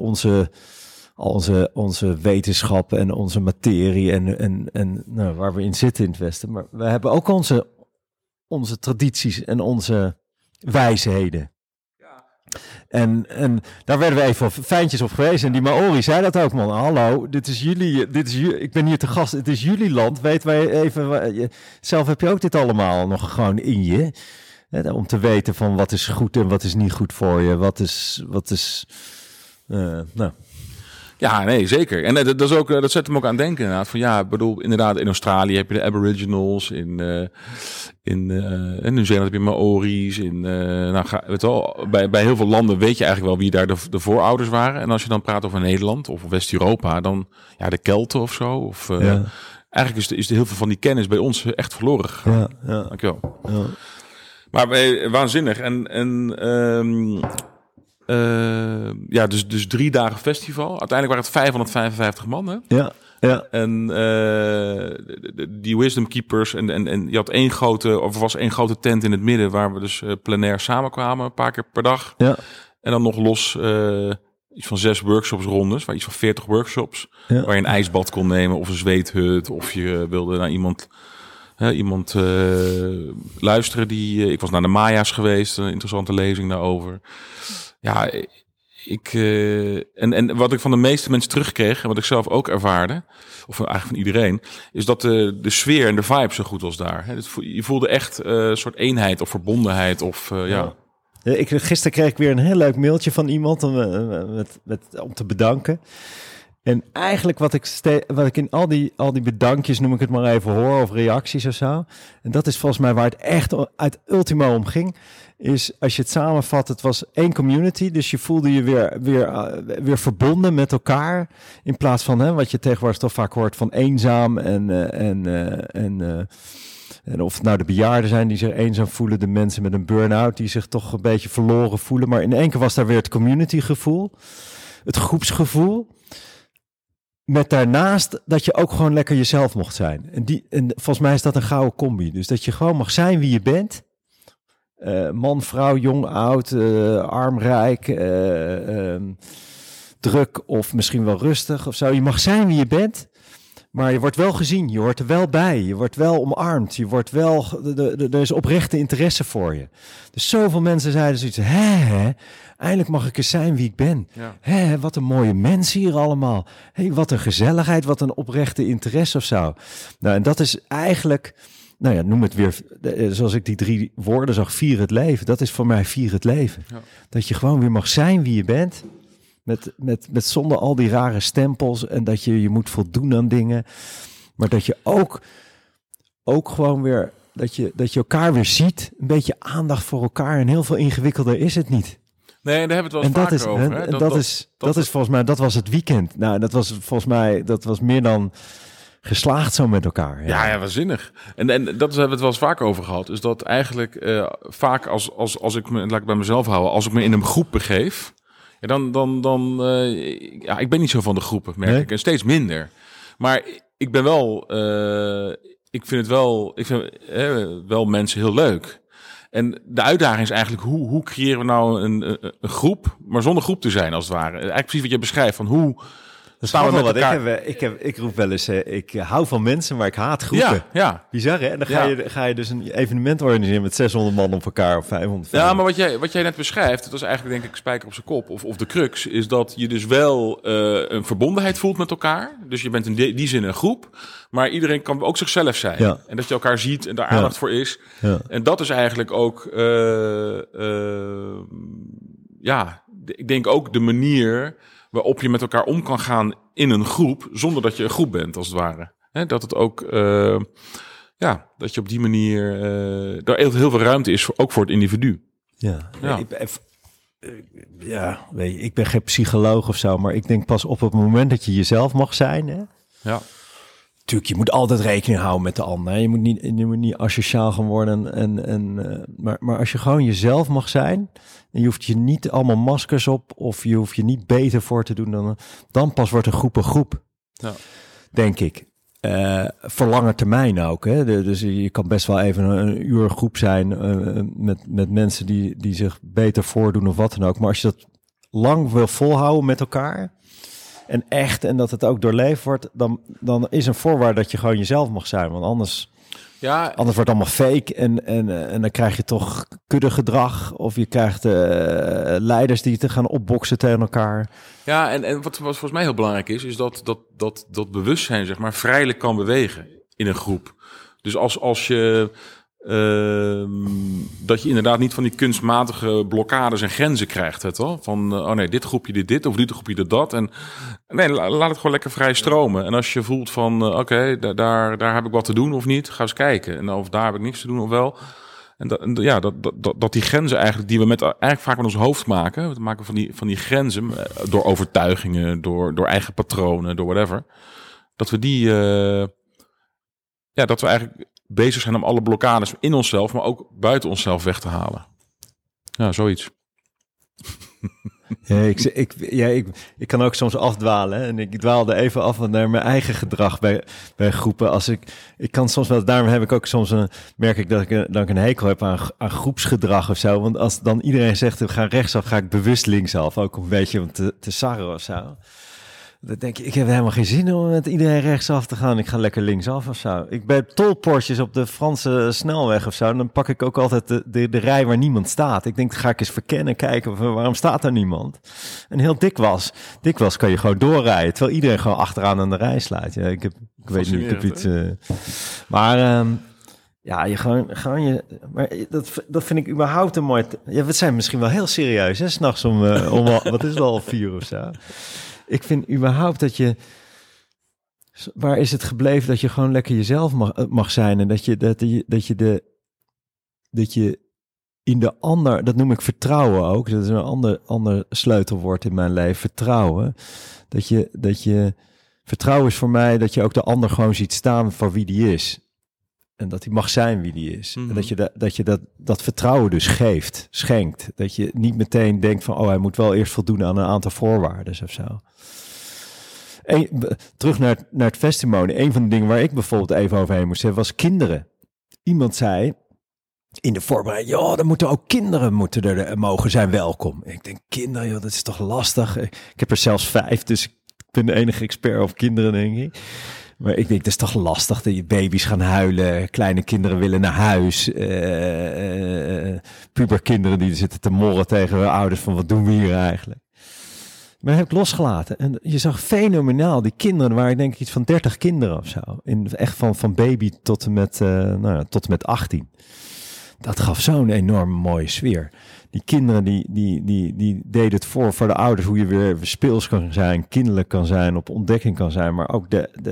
onze wetenschap en onze materie en waar we in zitten in het Westen. Maar we hebben ook onze tradities en onze wijsheden. En daar werden we even fijntjes op geweest. En die Maori zei dat ook, man. Hallo, dit is jullie, ik ben hier te gast, het is jullie land. Weet wij even, zelf heb je ook dit allemaal nog gewoon in je. Hè, om te weten van wat is goed en wat is niet goed voor je. Wat is nou... Ja, nee, zeker. En dat zet hem ook aan denken inderdaad. Van ja, ik bedoel, inderdaad, in Australië heb je de Aboriginals, in Nieuw-Zeeland heb je Maori's, weet wel, bij heel veel landen weet je eigenlijk wel wie daar de voorouders waren. En als je dan praat over Nederland of West-Europa, dan ja, de Kelten of zo. Of, eigenlijk is heel veel van die kennis bij ons echt verloren gegaan. Ja. Dankjewel. Ja. Maar waanzinnig. Dus 3 dagen festival. Uiteindelijk waren het 555 man, hè? Ja. En die Wisdom Keepers en je had was één grote tent in het midden waar we dus plenair samenkwamen, een paar keer per dag. Ja. En dan nog los iets van 6 workshops iets van 40 workshops, waar je een ijsbad kon nemen of een zweethut, of je wilde naar iemand luisteren ik was naar de Maya's geweest, een interessante lezing daarover. Ja, en wat ik van de meeste mensen terugkreeg en wat ik zelf ook ervaarde, of eigenlijk van iedereen, is dat de sfeer en de vibe zo goed was daar. Je voelde echt een soort eenheid of verbondenheid of ja. Gisteren kreeg ik weer een heel leuk mailtje van iemand om te bedanken. En eigenlijk wat ik in al die bedankjes, noem ik het maar even, hoor, of reacties of zo. En dat is volgens mij waar het echt uit ultimo om ging. Is, als je het samenvat, het was één community. Dus je voelde je weer verbonden met elkaar. In plaats van wat je tegenwoordig toch vaak hoort van eenzaam. En of het nou de bejaarden zijn die zich eenzaam voelen. De mensen met een burn-out die zich toch een beetje verloren voelen. Maar in één keer was daar weer het community gevoel. Het groepsgevoel. Met daarnaast dat je ook gewoon lekker jezelf mocht zijn. En volgens mij is dat een gouden combi. Dus dat je gewoon mag zijn wie je bent. Man, vrouw, jong, oud, arm, rijk, druk of misschien wel rustig of zo. Je mag zijn wie je bent, maar je wordt wel gezien. Je hoort er wel bij. Je wordt wel omarmd. Je wordt wel... Er is oprechte interesse voor je. Dus zoveel mensen zeiden zoiets. Eindelijk mag ik eens zijn wie ik ben. Ja. Wat een mooie mensen hier allemaal. Wat een gezelligheid, wat een oprechte interesse of zo. Nou, en dat is eigenlijk... Nou ja, noem het weer, zoals ik die 3 woorden zag, vier het leven. Dat is voor mij vier het leven. Ja. Dat je gewoon weer mag zijn wie je bent. Met zonder al die rare stempels. En dat je moet voldoen aan dingen. Maar dat je ook gewoon weer, dat je elkaar weer ziet. Een beetje aandacht voor elkaar. En heel veel ingewikkelder is het niet. Nee, daar hebben we het wel vaker over. Hè? Dat is volgens mij, dat was het weekend. Nou, dat was volgens mij, dat was meer dan... geslaagd zo met elkaar. Ja, waanzinnig. En dat hebben we het wel eens vaak over gehad. Is dat eigenlijk vaak als ik me, laat ik bij mezelf houden, als ik me in een groep begeef, dan ik ben niet zo van de groepen, merk ik. En steeds minder. Maar ik ben wel, ik vind wel mensen heel leuk. En de uitdaging is eigenlijk, hoe creëren we nou een groep, maar zonder groep te zijn als het ware. Eigenlijk precies wat je beschrijft, van hoe... Staan we met elkaar... Ik roep wel eens, ik hou van mensen, maar ik haat groepen. Ja. Bizar, hè? En dan ga je dus een evenement organiseren met 600 man op elkaar of 500. Ja, maar wat jij net beschrijft, dat is eigenlijk denk ik spijker op zijn kop. Of de crux, is dat je dus wel een verbondenheid voelt met elkaar. Dus je bent in die zin een groep. Maar iedereen kan ook zichzelf zijn. Ja. En dat je elkaar ziet en daar aandacht voor is. Ja. En dat is eigenlijk ook... ik denk ook de manier waarop je met elkaar om kan gaan in een groep, zonder dat je een groep bent, als het ware. Dat het ook, dat je op die manier, daar heel veel ruimte is, ook voor het individu. Ja. Weet je, ik ben geen psycholoog of zo, maar ik denk pas op het moment dat je jezelf mag zijn. Hè? Ja. Tuurlijk, je moet altijd rekening houden met de ander. Hè? Je moet niet asociaal gaan worden. Maar als je gewoon jezelf mag zijn, en je hoeft je niet allemaal maskers op, of je hoeft je niet beter voor te doen, dan pas wordt een groep. Ja. Denk ik. Voor lange termijn ook. Hè? Dus je kan best wel even een uur groep zijn met mensen die zich beter voordoen of wat dan ook. Maar als je dat lang wil volhouden met elkaar en dat het ook doorleefd wordt, dan is een voorwaarde dat je gewoon jezelf mag zijn. Want anders wordt het allemaal fake en dan krijg je toch kuddegedrag of je krijgt leiders die te gaan opboksen tegen elkaar. Ja, en wat volgens mij heel belangrijk is dat bewustzijn, zeg maar, vrijelijk kan bewegen in een groep. Dus als je dat je inderdaad niet van die kunstmatige blokkades en grenzen krijgt, het wel? Van dit groepje dit of dit groepje dat. En nee, laat het gewoon lekker vrij stromen. En als je voelt van daar heb ik wat te doen of niet, ga eens kijken. En of daar heb ik niks te doen of wel. En dat die grenzen eigenlijk die we eigenlijk vaak met ons hoofd maken, we maken van die grenzen door overtuigingen, door eigen patronen, door whatever, dat we dat we eigenlijk bezig zijn om alle blokkades in onszelf, maar ook buiten onszelf weg te halen. Ja, zoiets. Ja, ik kan ook soms afdwalen. Hè? En ik dwaalde even af naar mijn eigen gedrag bij groepen. Ik kan soms wel, daarom heb ik ook soms merk ik dat ik een hekel heb aan groepsgedrag of zo. Want als dan iedereen zegt, we gaan rechtsaf, ga ik bewust linksaf. Ook een beetje om te sarren of zo. Dan denk ik heb helemaal geen zin om met iedereen rechtsaf te gaan. Ik ga lekker linksaf of zo. Ik ben tolpoortjes op de Franse snelweg of zo. Dan pak ik ook altijd de rij waar niemand staat. Ik denk, ga ik eens verkennen, kijken waarom staat er niemand. En heel dikwijls kan je gewoon doorrijden, terwijl iedereen gewoon achteraan aan de rij slaat. Ja, ik weet niet, ik heb iets. Maar dat vind ik überhaupt een mooi. Ja, we zijn misschien wel heel serieus, hè? 's Nachts om wat is het al 4 of zo. Ik vind überhaupt dat je... Waar is het gebleven dat je gewoon lekker jezelf mag zijn? En dat je in de ander... Dat noem ik vertrouwen ook. Dat is een ander sleutelwoord in mijn leven. Vertrouwen. Vertrouwen is voor mij dat je ook de ander gewoon ziet staan voor wie die is. En dat hij mag zijn wie die is. Mm-hmm. En dat je dat vertrouwen dus schenkt. Dat je niet meteen denkt van, hij moet wel eerst voldoen aan een aantal voorwaarden of zo. Terug naar het festival. Een van de dingen waar ik bijvoorbeeld even overheen moest hebben, was kinderen. Iemand zei in de voorbereiding, er moeten ook kinderen er mogen zijn welkom. En ik denk, kinderen, dat is toch lastig. Ik heb er zelfs 5, dus ik ben de enige expert over kinderen, denk ik. Maar ik denk, dat is toch lastig dat je baby's gaan huilen, kleine kinderen willen naar huis, puberkinderen die zitten te morren tegen hun ouders van wat doen we hier eigenlijk. Maar heb ik losgelaten en je zag fenomenaal die kinderen, waar ik denk iets van 30 kinderen of zo, echt van baby tot en met 18. Dat gaf zo'n enorm mooie sfeer. Die kinderen die deden het voor de ouders, hoe je weer speels kan zijn, kinderlijk kan zijn, op ontdekking kan zijn. Maar ook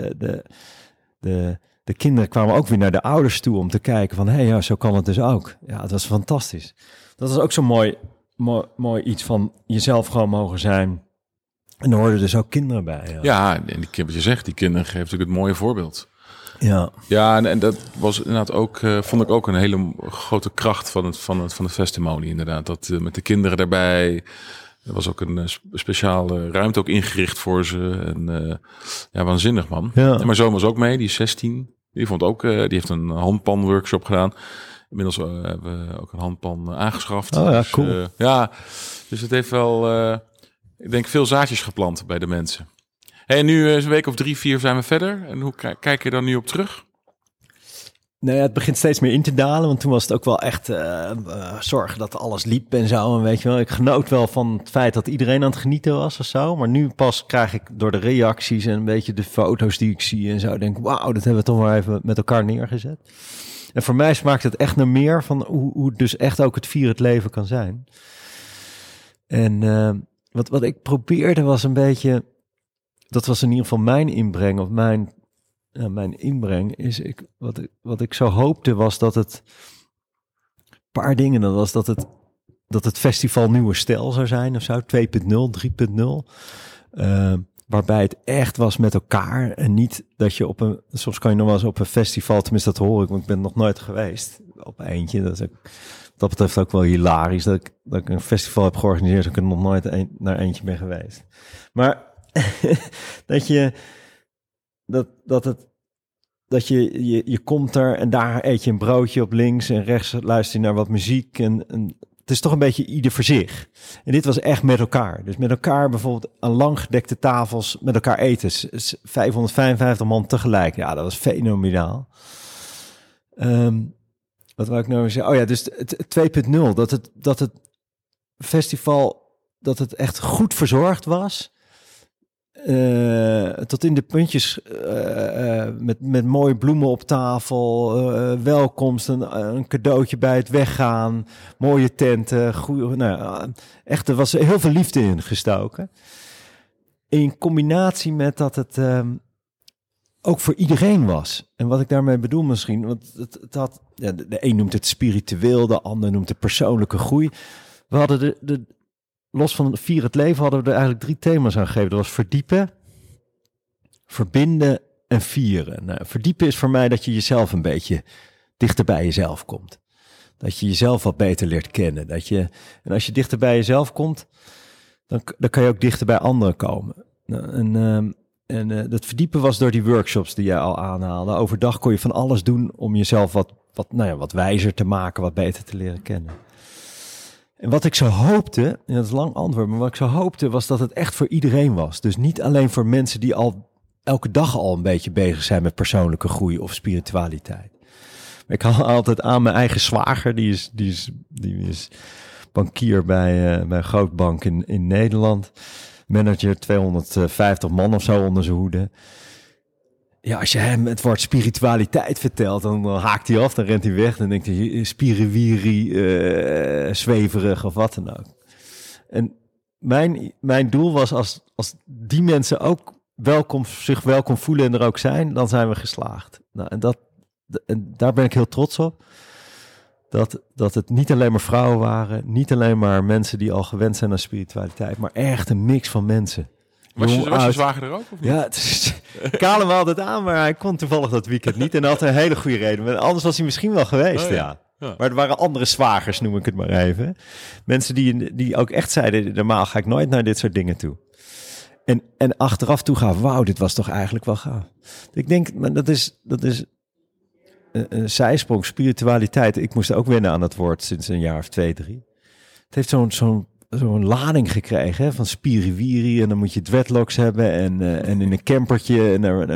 de kinderen kwamen ook weer naar de ouders toe om te kijken van, zo kan het dus ook. Ja, het was fantastisch. Dat was ook zo'n mooi iets van jezelf gewoon mogen zijn. En er hoorden dus ook kinderen bij. Ja, en wat je zegt, die kinderen geven natuurlijk het mooie voorbeeld. Ja, en dat was inderdaad ook, vond ik ook een hele grote kracht van het festival, inderdaad. Dat met de kinderen daarbij, er was ook een speciale ruimte ook ingericht voor ze. En waanzinnig, man. Ja. En mijn zoon was ook mee, die is 16. Die heeft een handpan-workshop gedaan. Inmiddels hebben we ook een handpan aangeschaft. Oh ja, cool. Dus het heeft wel, ik denk, veel zaadjes geplant bij de mensen. En nu is een week of 3, 4 zijn we verder. En hoe kijk je daar nu op terug? Nou ja, het begint steeds meer in te dalen. Want toen was het ook wel echt zorgen dat alles liep en zo. En weet je wel, ik genoot wel van het feit dat iedereen aan het genieten was of zo. Maar nu pas krijg ik door de reacties en een beetje de foto's die ik zie en zo, denk ik, wauw, dat hebben we toch maar even met elkaar neergezet. En voor mij smaakt het echt naar meer van hoe dus echt ook het vieren het leven kan zijn. En wat ik probeerde was een beetje, dat was in ieder geval mijn inbreng, of mijn inbreng is, wat ik zo hoopte was dat het, een paar dingen, dat was dat het festival Nieuwe Stijl zou zijn of zo, 2.0, 3.0. Waarbij het echt was met elkaar en niet dat je soms kan je nog wel eens op een festival, tenminste dat hoor ik, want ik ben nog nooit geweest op eentje. Dat betreft ook wel hilarisch dat ik een festival heb georganiseerd, dat ik er nog nooit naar eentje ben geweest. Maar dat je komt er en daar eet je een broodje op links en rechts luister je naar wat muziek en het is toch een beetje ieder voor zich. En dit was echt met elkaar. Dus met elkaar bijvoorbeeld aan lang gedekte tafels met elkaar eten. 555 man tegelijk. Ja, dat was fenomenaal. Wat wou ik nou zeggen? Oh ja, dus het 2.0. Dat het festival, dat het echt goed verzorgd was. Tot in de puntjes met mooie bloemen op tafel, welkomst, een cadeautje bij het weggaan, mooie tenten, echt, er was heel veel liefde in gestoken. In combinatie met dat het ook voor iedereen was. En wat ik daarmee bedoel misschien, want het had, de een noemt het spiritueel, de ander noemt het persoonlijke groei. We hadden los van Vier het Leven hadden we er eigenlijk 3 thema's aan gegeven. Dat was verdiepen, verbinden en vieren. Nou, verdiepen is voor mij dat je jezelf een beetje dichter bij jezelf komt. Dat je jezelf wat beter leert kennen. En als je dichter bij jezelf komt, dan kan je ook dichter bij anderen komen. En dat verdiepen was door die workshops die jij al aanhaalde. Overdag kon je van alles doen om jezelf wat wijzer te maken, wat beter te leren kennen. En wat ik zo hoopte, en dat is een lang antwoord, maar wat ik zo hoopte was dat het echt voor iedereen was. Dus niet alleen voor mensen die al elke dag al een beetje bezig zijn met persoonlijke groei of spiritualiteit. Maar ik haal altijd aan mijn eigen zwager, die is bankier bij een grootbank in Nederland. Manager, 250 man of zo onder zijn hoede. Ja, als je hem het woord spiritualiteit vertelt, dan haakt hij af, dan rent hij weg. Dan denkt hij, spiriwiri, zweverig of wat dan ook. En mijn doel was, als die mensen ook zich welkom voelen en er ook zijn, dan zijn we geslaagd. Nou, en daar ben ik heel trots op. Dat het niet alleen maar vrouwen waren, niet alleen maar mensen die al gewend zijn aan spiritualiteit, maar echt een mix van mensen. Was je zwager er ook, of niet? Ja, ik haal hem altijd aan, maar hij kon toevallig dat weekend niet. En hij had een hele goede reden. Maar anders was hij misschien wel geweest, ja. Maar er waren andere zwagers, noem ik het maar even. Mensen die ook echt zeiden, normaal ga ik nooit naar dit soort dingen toe. En achteraf toe gaan, wauw, dit was toch eigenlijk wel gaaf. Ik denk, maar dat is een zijsprong, spiritualiteit. Ik moest ook wennen aan dat woord sinds een jaar of 2, 3. Het heeft zo'n lading gekregen, hè, van spiriwiri en dan moet je dreadlocks hebben en in een campertje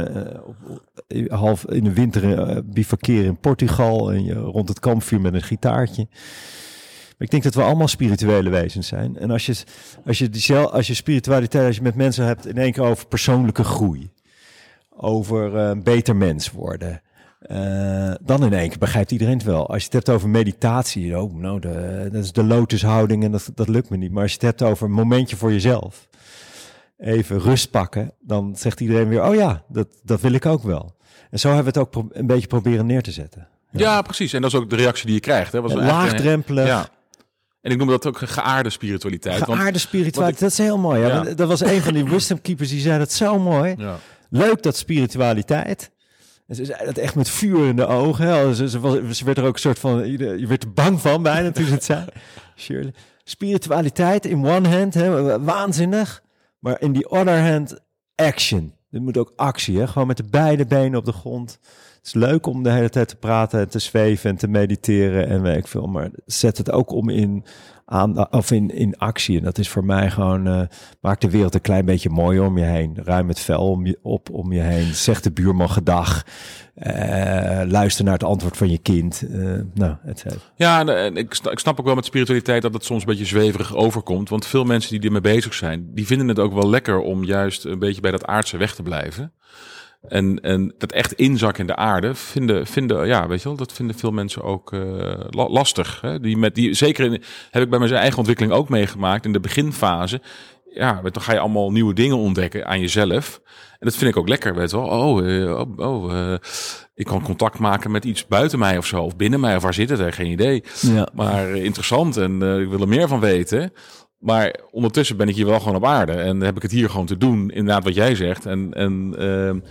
en half in de winter bivakeren in Portugal en je rond het kampvuur met een gitaartje. Maar ik denk dat we allemaal spirituele wezens zijn. En als je spiritualiteit, als je met mensen hebt in één keer over persoonlijke groei, over een beter mens worden, dan in één keer begrijpt iedereen het wel. Als je het hebt over meditatie, dat is de lotushouding en dat lukt me niet. Maar als je het hebt over een momentje voor jezelf, even rust pakken, dan zegt iedereen weer, oh ja, dat wil ik ook wel. En zo hebben we het ook een beetje proberen neer te zetten. Ja, precies. En dat is ook de reactie die je krijgt. Hè? Laagdrempelig. Ja. En ik noem dat ook geaarde spiritualiteit. Geaarde spiritualiteit, dat is heel mooi. Ja. Dat was een van die wisdom keepers die zei dat zo mooi. Ja. Leuk dat spiritualiteit. En ze zei dat echt met vuur in de ogen. Hè. Ze werd er ook een soort van, je werd er bang van bijna toen ze het zei. Shirley. Spiritualiteit in one hand, hè, waanzinnig. Maar in the other hand, action. Er moet ook actie, hè? Gewoon met de beide benen op de grond. Het is leuk om de hele tijd te praten en te zweven en te mediteren en weet ik veel. Maar zet het ook om in actie. En dat is voor mij gewoon, maak de wereld een klein beetje mooier om je heen. Ruim het vel om je heen. Zeg de buurman gedag. Luister naar het antwoord van je kind. Et cetera. Ja, en ik snap ook wel met spiritualiteit dat het soms een beetje zweverig overkomt. Want veel mensen die ermee bezig zijn, die vinden het ook wel lekker om juist een beetje bij dat aardse weg te blijven. En dat echt inzakken in de aarde vinden ja, weet je wel, dat vinden veel mensen ook lastig. Hè? Zeker heb ik bij mijn eigen ontwikkeling ook meegemaakt in de beginfase. Ja, dan ga je allemaal nieuwe dingen ontdekken aan jezelf. En dat vind ik ook lekker, weet je wel. Ik kan contact maken met iets buiten mij of zo, of binnen mij, of waar zit het er? Geen idee. Ja. Maar interessant en ik wil er meer van weten. Maar ondertussen ben ik hier wel gewoon op aarde en heb ik het hier gewoon te doen, inderdaad wat jij zegt. En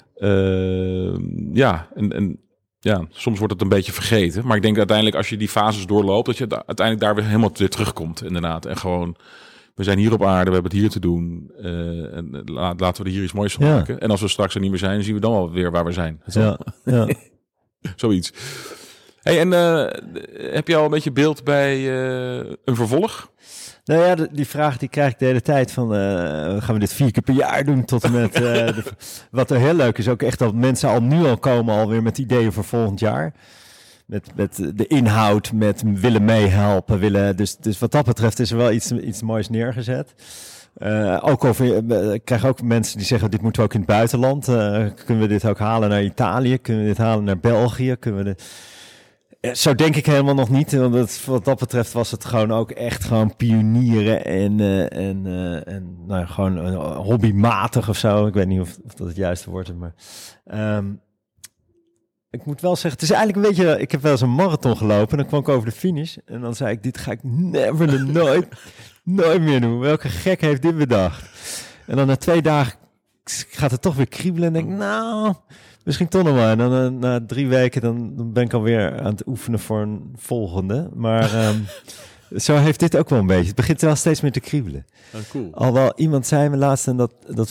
soms wordt het een beetje vergeten. Maar ik denk uiteindelijk als je die fases doorloopt, dat je uiteindelijk daar weer helemaal weer terugkomt, inderdaad. En gewoon, we zijn hier op aarde, we hebben het hier te doen. En laten we er hier iets moois van maken. En als we straks er niet meer zijn, zien we dan wel weer waar we zijn. Ja. Zoiets. Hey, en heb je al een beetje beeld bij een vervolg? Nou ja, die vraag die krijg ik de hele tijd van, gaan we dit 4 keer per jaar doen tot en met... wat er heel leuk is, ook echt dat mensen al nu al komen alweer met ideeën voor volgend jaar. Met de inhoud, met willen meehelpen, dus wat dat betreft is er wel iets moois neergezet. Ik krijg ook mensen die zeggen, dit moeten we ook in het buitenland. Kunnen we dit ook halen naar Italië? Kunnen we dit halen naar België? Zo denk ik helemaal nog niet. Want wat dat betreft was het gewoon ook echt gewoon pionieren en gewoon hobbymatig of zo. Ik weet niet of dat het juiste woord is, maar... ik moet wel zeggen, het is eigenlijk een beetje... Ik heb wel eens een marathon gelopen en dan kwam ik over de finish. En dan zei ik, dit ga ik nooit meer doen. Welke gek heeft dit bedacht? En dan na 2 dagen gaat het toch weer kriebelen en denk ik, nou... Misschien toch nog maar. En dan na 3 weken dan ben ik alweer aan het oefenen voor een volgende. Maar zo heeft dit ook wel een beetje. Het begint wel steeds meer te kriebelen. Oh, cool. Alhoewel iemand zei me laatst, en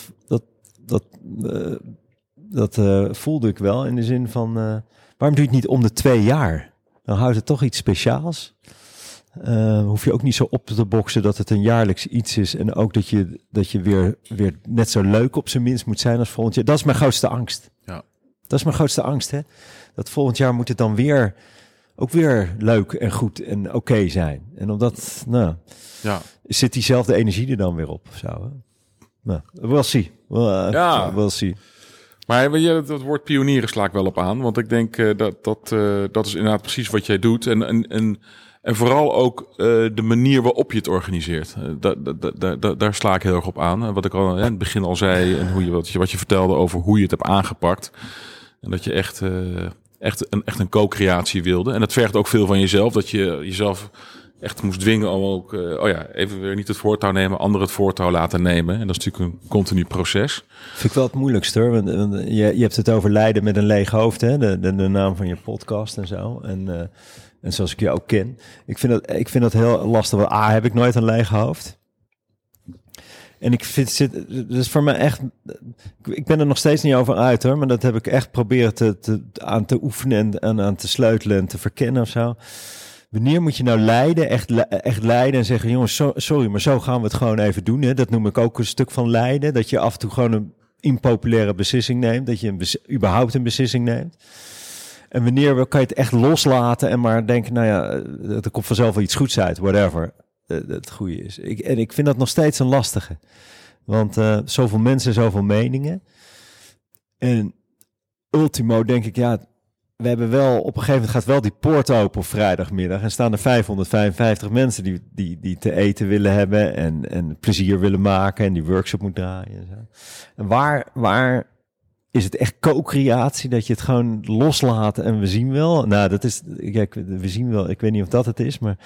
dat voelde ik wel in de zin van... waarom doe je het niet om de 2 jaar? Dan houdt het toch iets speciaals. Hoef je ook niet zo op te boksen dat het een jaarlijks iets is. En ook dat je weer net zo leuk op zijn minst moet zijn als volgend jaar. Dat is mijn grootste angst. Ja. Dat is mijn grootste angst, hè. Dat volgend jaar moet het dan ook weer leuk en goed en oké zijn. En omdat, zit diezelfde energie er dan weer op of zo. Hè? Nou, we'll see. We'll see. Maar het woord pionieren sla ik wel op aan. Want ik denk dat is inderdaad precies wat jij doet. En vooral ook de manier waarop je het organiseert. Daar sla ik heel erg op aan. Wat ik al in het begin al zei. En wat je vertelde over hoe je het hebt aangepakt. En dat je echt een co-creatie wilde. En dat vergt ook veel van jezelf. Dat je jezelf echt moest dwingen om ook... even weer niet het voortouw nemen. Anderen het voortouw laten nemen. En dat is natuurlijk een continu proces. Vind ik wel het moeilijkste hoor. Want je hebt het over leiden met een leeg hoofd. Hè? De naam van je podcast en zo. En zoals ik je ook ken. Ik vind dat heel lastig. Want heb ik nooit een leeg hoofd. En ik vind dus voor mij echt... Ik ben er nog steeds niet over uit hoor. Maar dat heb ik echt proberen aan te oefenen en aan te sleutelen en te verkennen of zo. Wanneer moet je nou leiden, echt leiden en zeggen... jongens, sorry, maar zo gaan we het gewoon even doen. Hè? Dat noem ik ook een stuk van leiden. Dat je af en toe gewoon een impopulaire beslissing neemt. Dat je überhaupt een beslissing neemt. En wanneer kan je het echt loslaten en maar denken... nou ja, er komt vanzelf wel iets goeds uit, whatever het goede is. Ik vind dat nog steeds een lastige. Want zoveel mensen, zoveel meningen. En ultimo denk ik, ja... we hebben wel, op een gegeven moment gaat wel die poort open op vrijdagmiddag... en staan er 555 mensen die te eten willen hebben... en plezier willen maken en die workshop moet draaien. En zo. En waar is het echt co-creatie, dat je het gewoon loslaat en we zien wel? Nou, dat is, we zien wel, ik weet niet of dat het is, maar...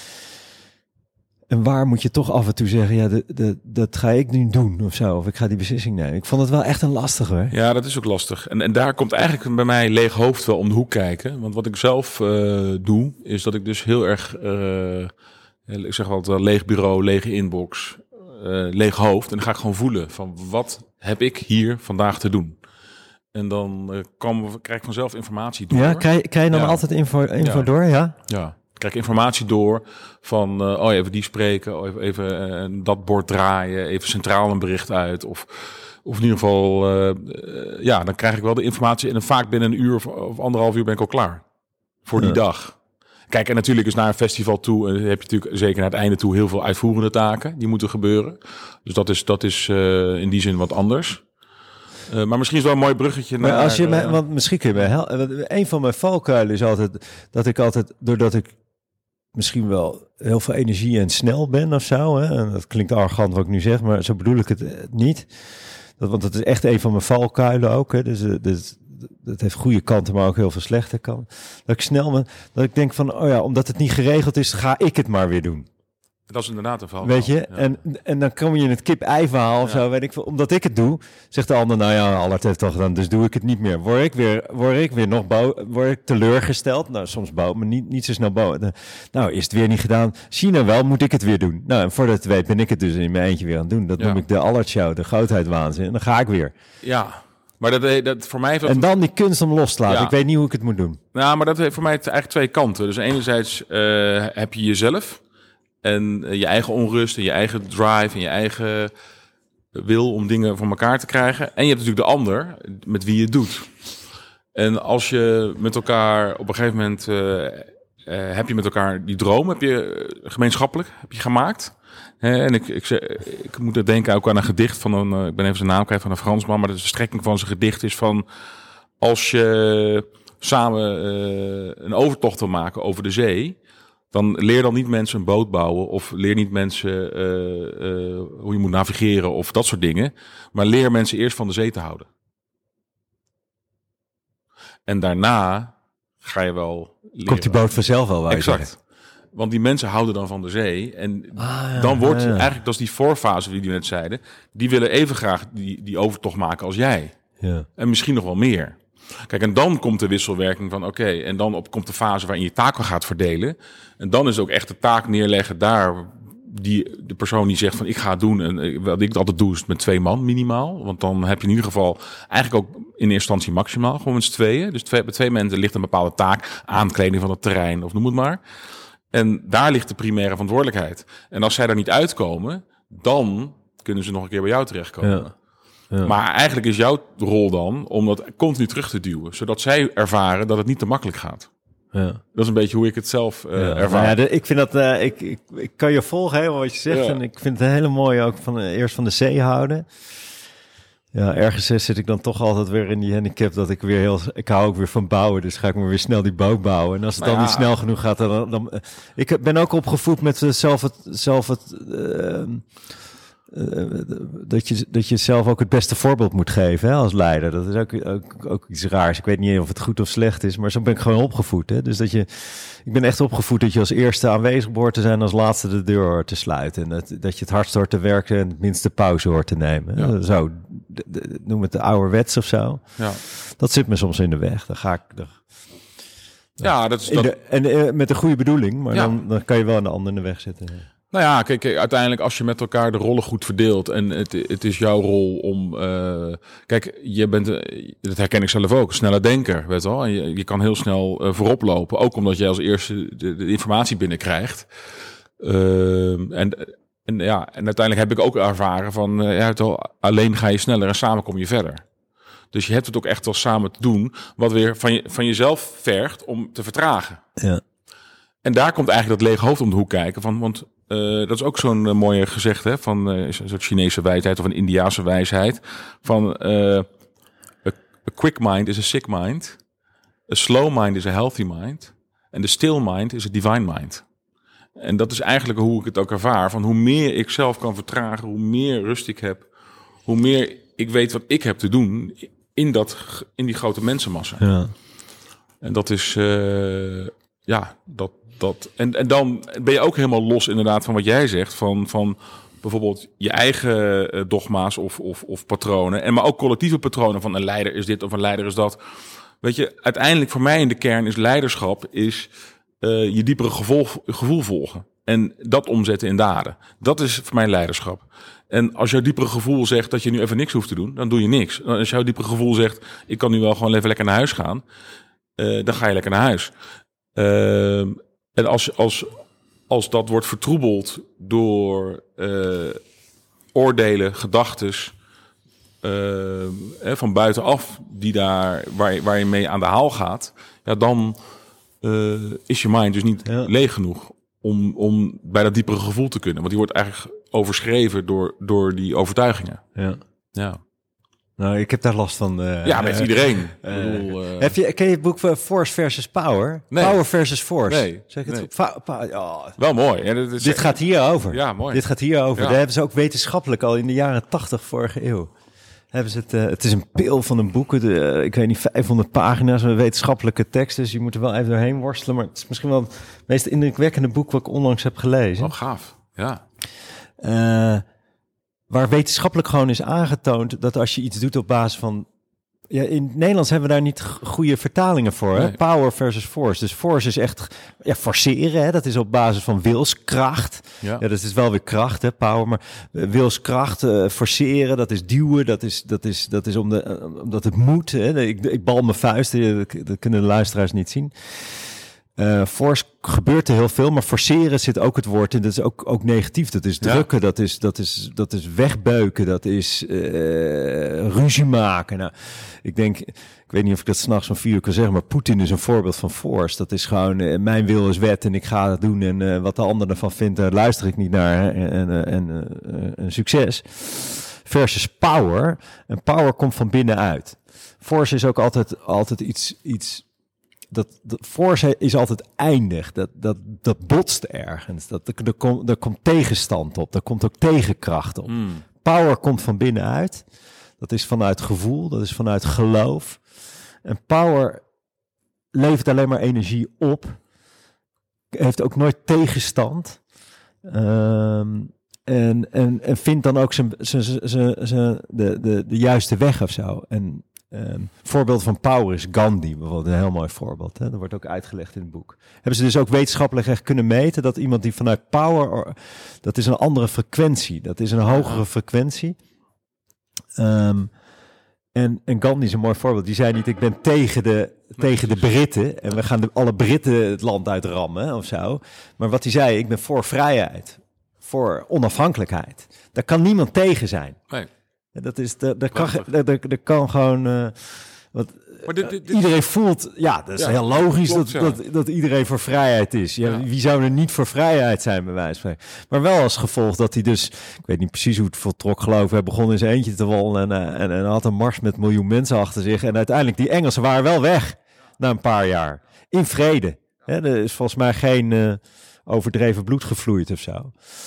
En waar moet je toch af en toe zeggen, ja, dat ga ik nu doen of zo, of ik ga die beslissing nemen. Ik vond het wel echt een lastige hoor. Ja, dat is ook lastig. En daar komt eigenlijk bij mij leeg hoofd wel om de hoek kijken. Want wat ik zelf doe, is dat ik dus heel erg, ik zeg altijd leeg bureau, lege inbox, leeg hoofd. En dan ga ik gewoon voelen van wat heb ik hier vandaag te doen. En dan krijg ik vanzelf informatie door. Ja, krijg je dan altijd info door, ja? Ja. Krijg informatie door van even die spreken, even dat bord draaien, even centraal een bericht uit. Of in ieder geval, dan krijg ik wel de informatie. En dan vaak binnen een uur of 1,5 uur ben ik al klaar voor die dag. Kijk, en natuurlijk is naar een festival toe, heb je natuurlijk zeker naar het einde toe heel veel uitvoerende taken die moeten gebeuren. Dus dat is in die zin wat anders. Maar misschien is wel een mooi bruggetje naar... Maar als je want misschien kun je mij helpen. Een van mijn valkuilen is altijd dat ik doordat ik misschien wel heel veel energie en snel ben of zo. Hè? En dat klinkt arrogant wat ik nu zeg, maar zo bedoel ik het niet. Want dat is echt een van mijn valkuilen ook. Hè? Dus dat heeft goede kanten, maar ook heel veel slechte kanten. Dat ik snel ben, dat ik denk van, omdat het niet geregeld is, ga ik het maar weer doen. Dat is inderdaad een verhaal. Weet je, ja. En dan kom je in het kip-ei-verhaal of zo, weet ik veel. Omdat ik het doe, zegt de ander, Allard heeft het al gedaan, dus doe ik het niet meer. Word ik teleurgesteld? Nou, soms maar niet zo snel boven. Nou, is het weer niet gedaan. China wel, moet ik het weer doen. Nou, en voordat het weet ben ik het dus in mijn eentje weer aan het doen. Dat noem ik de Allard Show, de grootheidwaanzin. En dan ga ik weer. Ja, maar dat voor mij heeft... En dan die kunst om los te laten. Ja. Ik weet niet hoe ik het moet doen. Nou, maar dat heeft voor mij eigenlijk twee kanten. Dus enerzijds heb je jezelf... En je eigen onrust en je eigen drive en je eigen wil om dingen voor elkaar te krijgen. En je hebt natuurlijk de ander met wie je het doet. En als je met elkaar op een gegeven moment heb je met elkaar die droom, heb je gemeenschappelijk gemaakt. En ik moet er denken ook aan een gedicht van ik ben even zijn naam kwijt, van een Fransman, maar de strekking van zijn gedicht is van: als je samen een overtocht wil maken over de zee, dan leer dan niet mensen een boot bouwen of leer niet mensen hoe je moet navigeren of dat soort dingen. Maar leer mensen eerst van de zee te houden. En daarna ga je wel leren. Komt die boot vanzelf wel bij. Exact. Want die mensen houden dan van de zee. En dan wordt eigenlijk, dat is die voorfase die net zeiden, die willen even graag die overtocht maken als jij. Ja. En misschien nog wel meer. Kijk, en dan komt de wisselwerking van oké, en dan komt de fase waarin je taken gaat verdelen. En dan is ook echt de taak neerleggen daar, de persoon die zegt van ik ga het doen. En wat ik altijd doe is met 2 man minimaal. Want dan heb je in ieder geval eigenlijk ook in eerste instantie maximaal, gewoon met z'n tweeën. Dus bij 2 mensen ligt een bepaalde taak, aankleding van het terrein of noem het maar. En daar ligt de primaire verantwoordelijkheid. En als zij daar niet uitkomen, dan kunnen ze nog een keer bij jou terechtkomen. Ja. Ja. Maar eigenlijk is jouw rol dan om dat continu terug te duwen, zodat zij ervaren dat het niet te makkelijk gaat. Ja. Dat is een beetje hoe ik het zelf ervaar. Ja, ik vind dat ik kan je volgen helemaal wat je zegt. En ik vind het hele mooi ook eerst van de zee houden. Ja, ergens zit ik dan toch altijd weer in die handicap dat ik hou ook weer van bouwen. Dus ga ik maar weer snel die boot bouwen. En als het dan niet snel genoeg gaat, dan ik ben ook opgevoed met dat je zelf ook het beste voorbeeld moet geven, hè, als leider. Dat is ook iets raars. Ik weet niet of het goed of slecht is, maar zo ben ik gewoon opgevoed. Hè. Dus ik ben echt opgevoed dat je als eerste aanwezig hoort te zijn, als laatste de deur hoort te sluiten. En dat je het hardst hoort te werken en het minste pauze hoort te nemen. Ja. Zo, noem het de ouderwets of zo. Ja. Dat zit me soms in de weg. Dan ga ik... Ja, dat is... En met een goede bedoeling, maar dan kan je wel een ander in de weg zitten. Nou ja, kijk, uiteindelijk als je met elkaar de rollen goed verdeelt en het is jouw rol om... kijk, je bent, dat herken ik zelf ook, een snelle denker, weet je wel. En je kan heel snel voorop lopen, ook omdat jij als eerste de informatie binnenkrijgt. En uiteindelijk heb ik ook ervaren van, alleen ga je sneller en samen kom je verder. Dus je hebt het ook echt wel samen te doen, wat weer van jezelf vergt om te vertragen. Ja. En daar komt eigenlijk dat lege hoofd om de hoek kijken. Want dat is ook zo'n mooie gezegde van een soort Chinese wijsheid of een Indiase wijsheid. Van a quick mind is a sick mind. A slow mind is a healthy mind. En a still mind is a divine mind. En dat is eigenlijk hoe ik het ook ervaar. Van hoe meer ik zelf kan vertragen, hoe meer rust ik heb. Hoe meer ik weet wat ik heb te doen in die grote mensenmassa. Ja. En dat is... En dan ben je ook helemaal los inderdaad van wat jij zegt. Van bijvoorbeeld je eigen dogma's of patronen. Maar ook collectieve patronen van een leider is dit of een leider is dat. Weet je, uiteindelijk voor mij in de kern is leiderschap je diepere gevoel volgen. En dat omzetten in daden. Dat is voor mij leiderschap. En als jouw diepere gevoel zegt dat je nu even niks hoeft te doen, dan doe je niks. Als jouw diepere gevoel zegt, ik kan nu wel gewoon even lekker naar huis gaan. Dan ga je lekker naar huis. En als dat wordt vertroebeld door oordelen, gedachtes van buitenaf waar je mee aan de haal gaat, ja, dan is je mind dus niet leeg genoeg om bij dat diepere gevoel te kunnen. Want die wordt eigenlijk overschreven door die overtuigingen. Ja. Ja. Nou, ik heb daar last van. Met iedereen. Ken je het boek Force versus Power? Nee. Power versus Force. Nee. Zeg ik het? Wel mooi. Ja, Dit gaat hierover. Ja, mooi. Dit gaat hierover. Ja. Daar hebben ze ook wetenschappelijk al in de jaren 80 vorige eeuw. Hebben ze het is een pil van een boek. Ik weet niet, 500 pagina's, een wetenschappelijke tekst. Dus je moet er wel even doorheen worstelen. Maar het is misschien wel het meest indrukwekkende boek wat ik onlangs heb gelezen. Oh, gaaf. Ja. Waar wetenschappelijk gewoon is aangetoond dat als je iets doet op basis van... Ja, in het Nederlands hebben we daar niet goede vertalingen voor. Hè? Nee. Power versus force. Dus force is echt forceren. Hè? Dat is op basis van wilskracht. Ja. Ja, dat is wel weer kracht, hè? Power. Maar wilskracht, forceren, dat is duwen. Dat is omdat het moet. Hè? Ik bal mijn vuisten. Dat kunnen de luisteraars niet zien. Force gebeurt er heel veel, maar forceren zit ook het woord in. Dat is ook negatief. Dat is drukken, dat is wegbeuken, dat is ruzie maken. Nou, ik weet niet of ik dat 's nachts om 4 uur kan zeggen, maar Poetin is een voorbeeld van force. Dat is gewoon, mijn wil is wet en ik ga het doen. En wat de ander ervan vindt, daar luister ik niet naar. En succes. Versus power. En power komt van binnenuit. Force is ook altijd iets dat force is altijd eindig. Dat botst ergens. Er komt tegenstand op. Er komt ook tegenkracht op. Power komt van binnenuit. Dat is vanuit gevoel. Dat is vanuit geloof. En power levert alleen maar energie op. Heeft ook nooit tegenstand. En vindt dan ook de juiste weg of zo. En voorbeeld van power is Gandhi, bijvoorbeeld een heel mooi voorbeeld. Hè? Dat wordt ook uitgelegd in het boek. Hebben ze dus ook wetenschappelijk echt kunnen meten dat iemand die vanuit power, dat is een andere frequentie, dat is een hogere frequentie. En Gandhi is een mooi voorbeeld. Die zei niet, ik ben tegen de Britten en we gaan alle Britten het land uitrammen of zo. Maar wat hij zei, ik ben voor vrijheid, voor onafhankelijkheid. Daar kan niemand tegen zijn. Nee. Dat kan gewoon... iedereen voelt... Ja, dat is heel logisch klopt, dat iedereen voor vrijheid is. Ja, wie zou er niet voor vrijheid zijn, bij wijze van spreken? Maar wel als gevolg dat hij dus... Ik weet niet precies hoe het voltrok, geloof ik. Hij begon in zijn eentje te wandelen en had een mars met 1 miljoen mensen achter zich. En uiteindelijk, die Engelsen waren wel weg na een paar jaar. In vrede. Er is volgens mij geen overdreven bloed gevloeid of zo.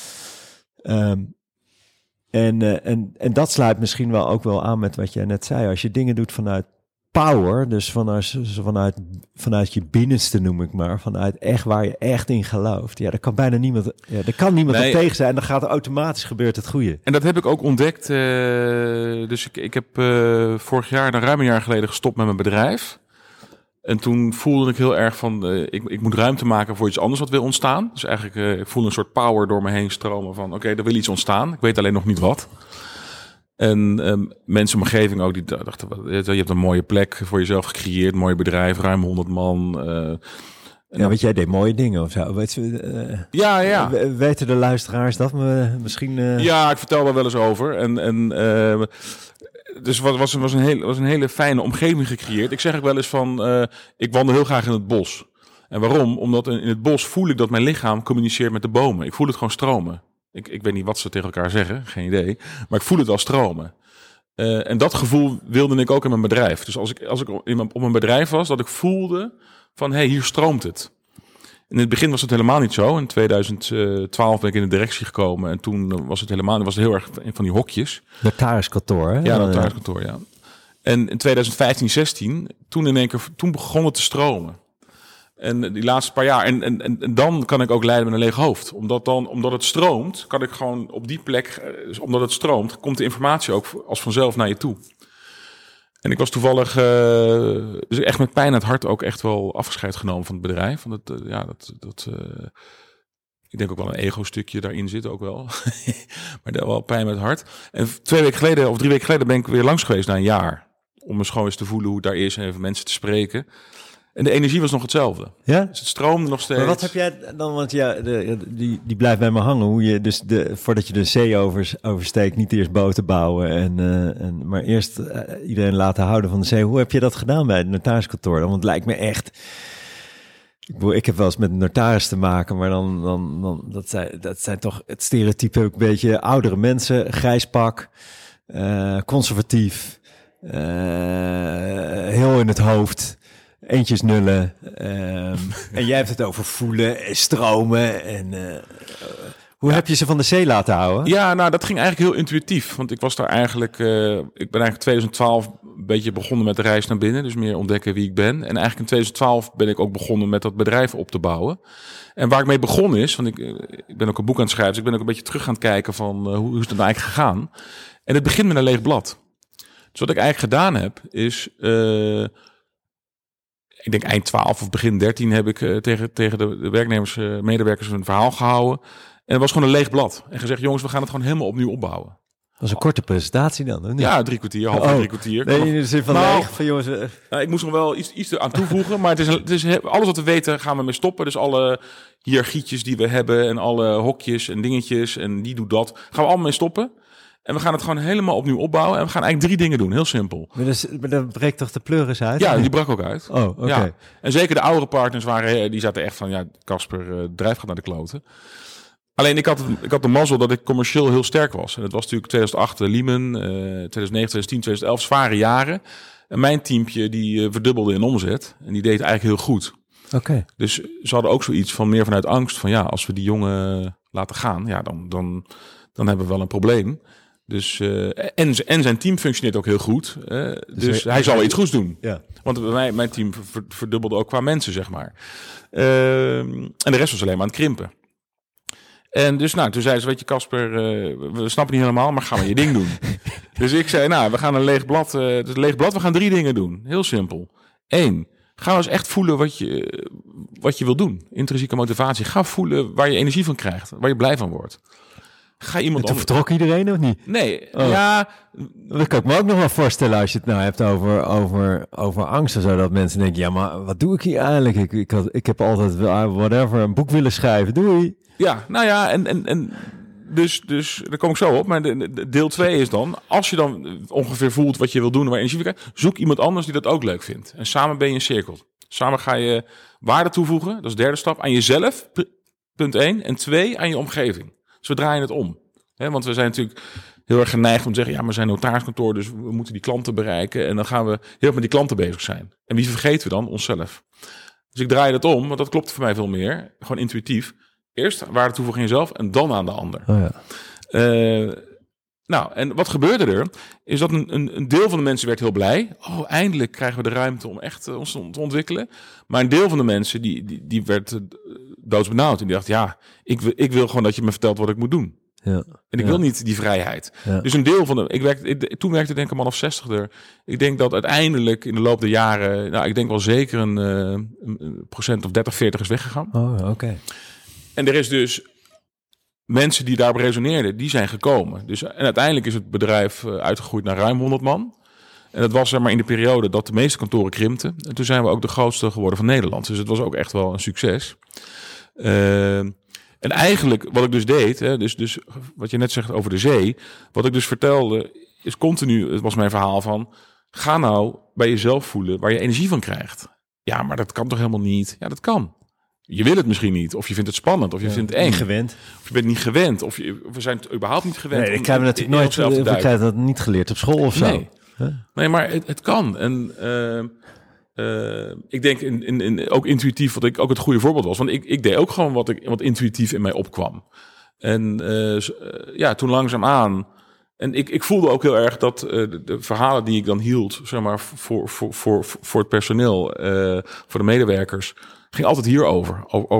En dat sluit misschien wel ook wel aan met wat jij net zei. Als je dingen doet vanuit power, dus vanuit je binnenste noem ik maar, vanuit echt waar je echt in gelooft. Ja, daar kan bijna niemand, er kan niemand op tegen zijn. En dan gaat er automatisch gebeurt het goede. En dat heb ik ook ontdekt. Dus ik heb vorig jaar, ruim een jaar geleden, gestopt met mijn bedrijf. En toen voelde ik heel erg van, ik moet ruimte maken voor iets anders wat wil ontstaan. Dus eigenlijk, ik voelde een soort power door me heen stromen van, oké, er wil iets ontstaan. Ik weet alleen nog niet wat. En mensen in mijn omgeving ook, die dachten, je hebt een mooie plek voor jezelf gecreëerd, mooi bedrijf, ruim 100 man. Weet jij deed mooie dingen of zo. Weten de luisteraars dat misschien? Ja, ik vertel daar wel eens over. Dus was een hele fijne omgeving gecreëerd. Ik zeg ook wel eens van, ik wandel heel graag in het bos. En waarom? Omdat in het bos voel ik dat mijn lichaam communiceert met de bomen. Ik voel het gewoon stromen. Ik weet niet wat ze tegen elkaar zeggen, geen idee. Maar ik voel het wel stromen. En dat gevoel wilde ik ook in mijn bedrijf. Dus als ik op mijn bedrijf was, dat ik voelde van, hey, hier stroomt het. In het begin was het helemaal niet zo. In 2012 ben ik in de directie gekomen. En toen was het heel erg van die hokjes. Notariskantoor, hè? Ja, notariskantoor, ja. En in 2015, 16, toen begon het te stromen. En die laatste paar jaar. En dan kan ik ook leiden met een leeg hoofd. Omdat het stroomt, kan ik gewoon op die plek, omdat het stroomt, komt de informatie ook als vanzelf naar je toe. En ik was toevallig, dus echt met pijn aan het hart ook echt wel afgescheid genomen van het bedrijf. Want ik denk ook wel een ego-stukje daarin zit ook wel. Maar wel pijn met het hart. En 2 weken geleden of 3 weken geleden ben ik weer langs geweest na een jaar. Om eens gewoon eens te voelen hoe het daar is en even mensen te spreken. En de energie was nog hetzelfde. Ja? Dus het stroomde nog steeds. Maar wat heb jij dan? Want die blijft bij me hangen. Hoe je dus voordat je de zee oversteekt, niet eerst boten bouwen. Maar eerst iedereen laten houden van de zee. Hoe heb je dat gedaan bij het notariskantoor? Want het lijkt me echt... Ik heb wel eens met een notaris te maken, maar dan dat zijn toch het stereotype ook een beetje oudere mensen, grijs pak, conservatief. heel in het hoofd. Eentjes nullen. En jij hebt het over voelen en stromen. En hoe heb je ze van de zee laten houden? Ja, nou, dat ging eigenlijk heel intuïtief. Want ik was daar eigenlijk... ik ben eigenlijk 2012 een beetje begonnen met de reis naar binnen. Dus meer ontdekken wie ik ben. En eigenlijk in 2012 ben ik ook begonnen met dat bedrijf op te bouwen. En waar ik mee begonnen is... Want ik ben ook een boek aan het schrijven. Dus ik ben ook een beetje terug aan het kijken van... hoe is het nou eigenlijk gegaan? En het begint met een leeg blad. Dus wat ik eigenlijk gedaan heb, is... ik denk eind 12 of begin 13 heb ik tegen de werknemers, medewerkers een verhaal gehouden. En het was gewoon een leeg blad. En gezegd, jongens, we gaan het gewoon helemaal opnieuw opbouwen. Dat was een korte presentatie dan, of niet? Ja, 3 kwartier, half 3 kwartier. Nee, in de zin van leeg, van jongens... ik moest nog wel iets aan toevoegen, maar het is alles wat we weten gaan we mee stoppen. Dus alle hiërarchietjes die we hebben en alle hokjes en dingetjes en die doet dat, gaan we allemaal mee stoppen. En we gaan het gewoon helemaal opnieuw opbouwen. En we gaan eigenlijk 3 dingen doen, heel simpel. Maar dan breekt toch de pleuris uit? Ja, die brak ook uit. Oh, oké. Ja. En zeker de oudere partners die zaten echt van, ja, Casper, drijf gaat naar de kloten. Alleen ik had de mazzel dat ik commercieel heel sterk was. En dat was natuurlijk 2008 Lehman, 2009, 2010, 2011, zware jaren. En mijn teampje die verdubbelde in omzet. En die deed eigenlijk heel goed. Oké. Dus ze hadden ook zoiets van meer vanuit angst van, ja, als we die jongen laten gaan, ja, dan hebben we wel een probleem. Dus, en zijn team functioneert ook heel goed. Dus hij zal iets goeds doen. Ja. Want mijn team verdubbelde ook qua mensen, zeg maar. En de rest was alleen maar aan het krimpen. En dus toen zei ze, weet je Casper, we snappen niet helemaal, maar ga maar je ding doen. Dus ik zei, we gaan een leeg blad. Het is een leeg blad, we gaan 3 dingen doen. Heel simpel. 1, ga eens echt voelen wat je wil doen. Intrinsieke motivatie. Ga voelen waar je energie van krijgt, waar je blij van wordt. Ga iemand en toen vertrok iedereen of niet? Nee, ja. Dat kan ik me ook nog wel voorstellen als je het nou hebt over angst. Zodat mensen denken, ja, maar wat doe ik hier eigenlijk? Ik heb altijd een boek willen schrijven. Doei. Ja, nou ja, en dus daar kom ik zo op. Maar deel 2 is dan, als je dan ongeveer voelt wat je wil doen, waar je energie van krijgt, zoek iemand anders die dat ook leuk vindt. En samen ben je een cirkel. Samen ga je waarde toevoegen, dat is de 3e stap, aan jezelf, punt 1. En 2, aan je omgeving. Dus we draaien het om. Want we zijn natuurlijk heel erg geneigd om te zeggen, ja, maar we zijn notariskantoor, dus we moeten die klanten bereiken. En dan gaan we heel erg met die klanten bezig zijn. En wie vergeten we dan? Onszelf. Dus ik draai het om, want dat klopt voor mij veel meer. Gewoon intuïtief. Eerst waarde toevoegen aan jezelf en dan aan de ander. Oh ja. En wat gebeurde er? Is dat een deel van de mensen werd heel blij. Oh, eindelijk krijgen we de ruimte om echt ons te ontwikkelen. Maar een deel van de mensen die werd doodsbenauwd. En die dacht, ja, ik wil gewoon dat je me vertelt wat ik moet doen. Ja. En ik wil niet die vrijheid. Ja. Dus een deel van toen werkte denk ik een man of 60 er. Ik denk dat uiteindelijk in de loop der jaren, ik denk wel zeker een procent of 30, 40 is weggegaan. Oh, oké. En er is dus mensen die daarop resoneerden, die zijn gekomen. Dus, en uiteindelijk is het bedrijf uitgegroeid naar ruim 100 man. En dat was maar in de periode dat de meeste kantoren krimpten. En toen zijn we ook de grootste geworden van Nederland. Dus het was ook echt wel een succes. En eigenlijk wat ik dus deed, dus wat je net zegt over de zee. Wat ik dus vertelde is continu, het was mijn verhaal van, ga nou bij jezelf voelen waar je energie van krijgt. Ja, maar dat kan toch helemaal niet? Ja, dat kan. Je wil het misschien niet, of je vindt het spannend, of je vindt het eng. Niet gewend. Of je bent niet gewend, of we zijn het überhaupt niet gewend. Nee, ik krijg natuurlijk nooit, we krijgen dat niet geleerd op school of zo. Nee, nee, maar het kan. En ik denk ook intuïtief, wat ik ook het goede voorbeeld was. Want ik deed ook gewoon wat intuïtief in mij opkwam. En toen langzaamaan. En ik voelde ook heel erg dat de verhalen die ik dan hield, zeg maar, voor het personeel, voor de medewerkers, ging altijd hierover.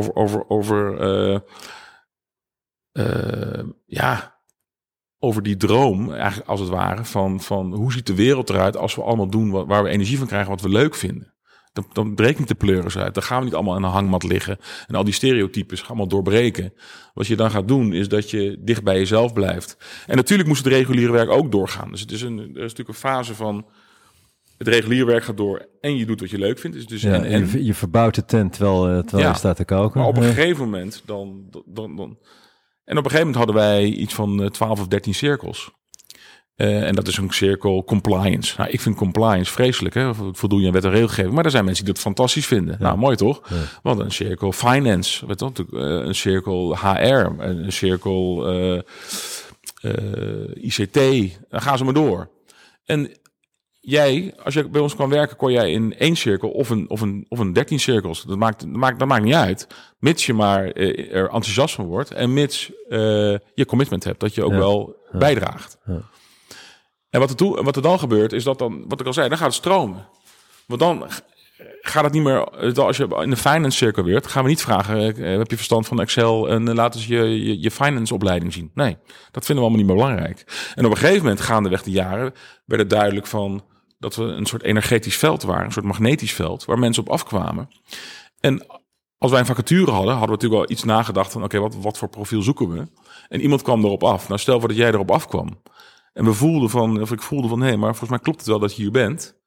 Over die droom, eigenlijk als het ware, van hoe ziet de wereld eruit als we allemaal doen waar we energie van krijgen, wat we leuk vinden. Dan breekt niet de pleuris uit. Dan gaan we niet allemaal in een hangmat liggen. En al die stereotypes gaan allemaal doorbreken. Wat je dan gaat doen, is dat je dicht bij jezelf blijft. En natuurlijk moest het reguliere werk ook doorgaan. Dus er is natuurlijk een fase van het reguliere werk gaat door en je doet wat je leuk vindt. Dus je verbouwt de tent terwijl je staat te koken. Maar op een gegeven moment dan... En op een gegeven moment hadden wij iets van 12 of 13 cirkels. En dat is een cirkel compliance. Nou, ik vind compliance vreselijk. Hè? Voldoen je aan wet en regelgeving. Maar er zijn mensen die dat fantastisch vinden. Ja. Nou, mooi toch? Ja. Want een cirkel finance. Weet je, een cirkel HR. Een cirkel ICT. Dan gaan ze maar door. En als je bij ons kwam werken, kon jij in 1 cirkel of een 13 cirkels. Dat maakt niet uit. Mits je maar er enthousiast van wordt. En mits je commitment hebt, dat je ook wel bijdraagt. Ja. En wat er dan gebeurt, is dat dan, wat ik al zei, dan gaat het stromen. Want dan gaat het niet meer, als je in de finance cirkel weer, gaan we niet vragen, heb je verstand van Excel en laat eens je finance opleiding zien. Nee, dat vinden we allemaal niet meer belangrijk. En op een gegeven moment, gaandeweg de jaren, werd het duidelijk van dat we een soort energetisch veld waren, een soort magnetisch veld, waar mensen op afkwamen. En als wij een vacature hadden we natuurlijk al iets nagedacht van, oké, wat voor profiel zoeken we? En iemand kwam erop af. Nou, stel voor dat jij erop afkwam. En ik voelde van, hé, maar volgens mij klopt het wel dat je hier bent.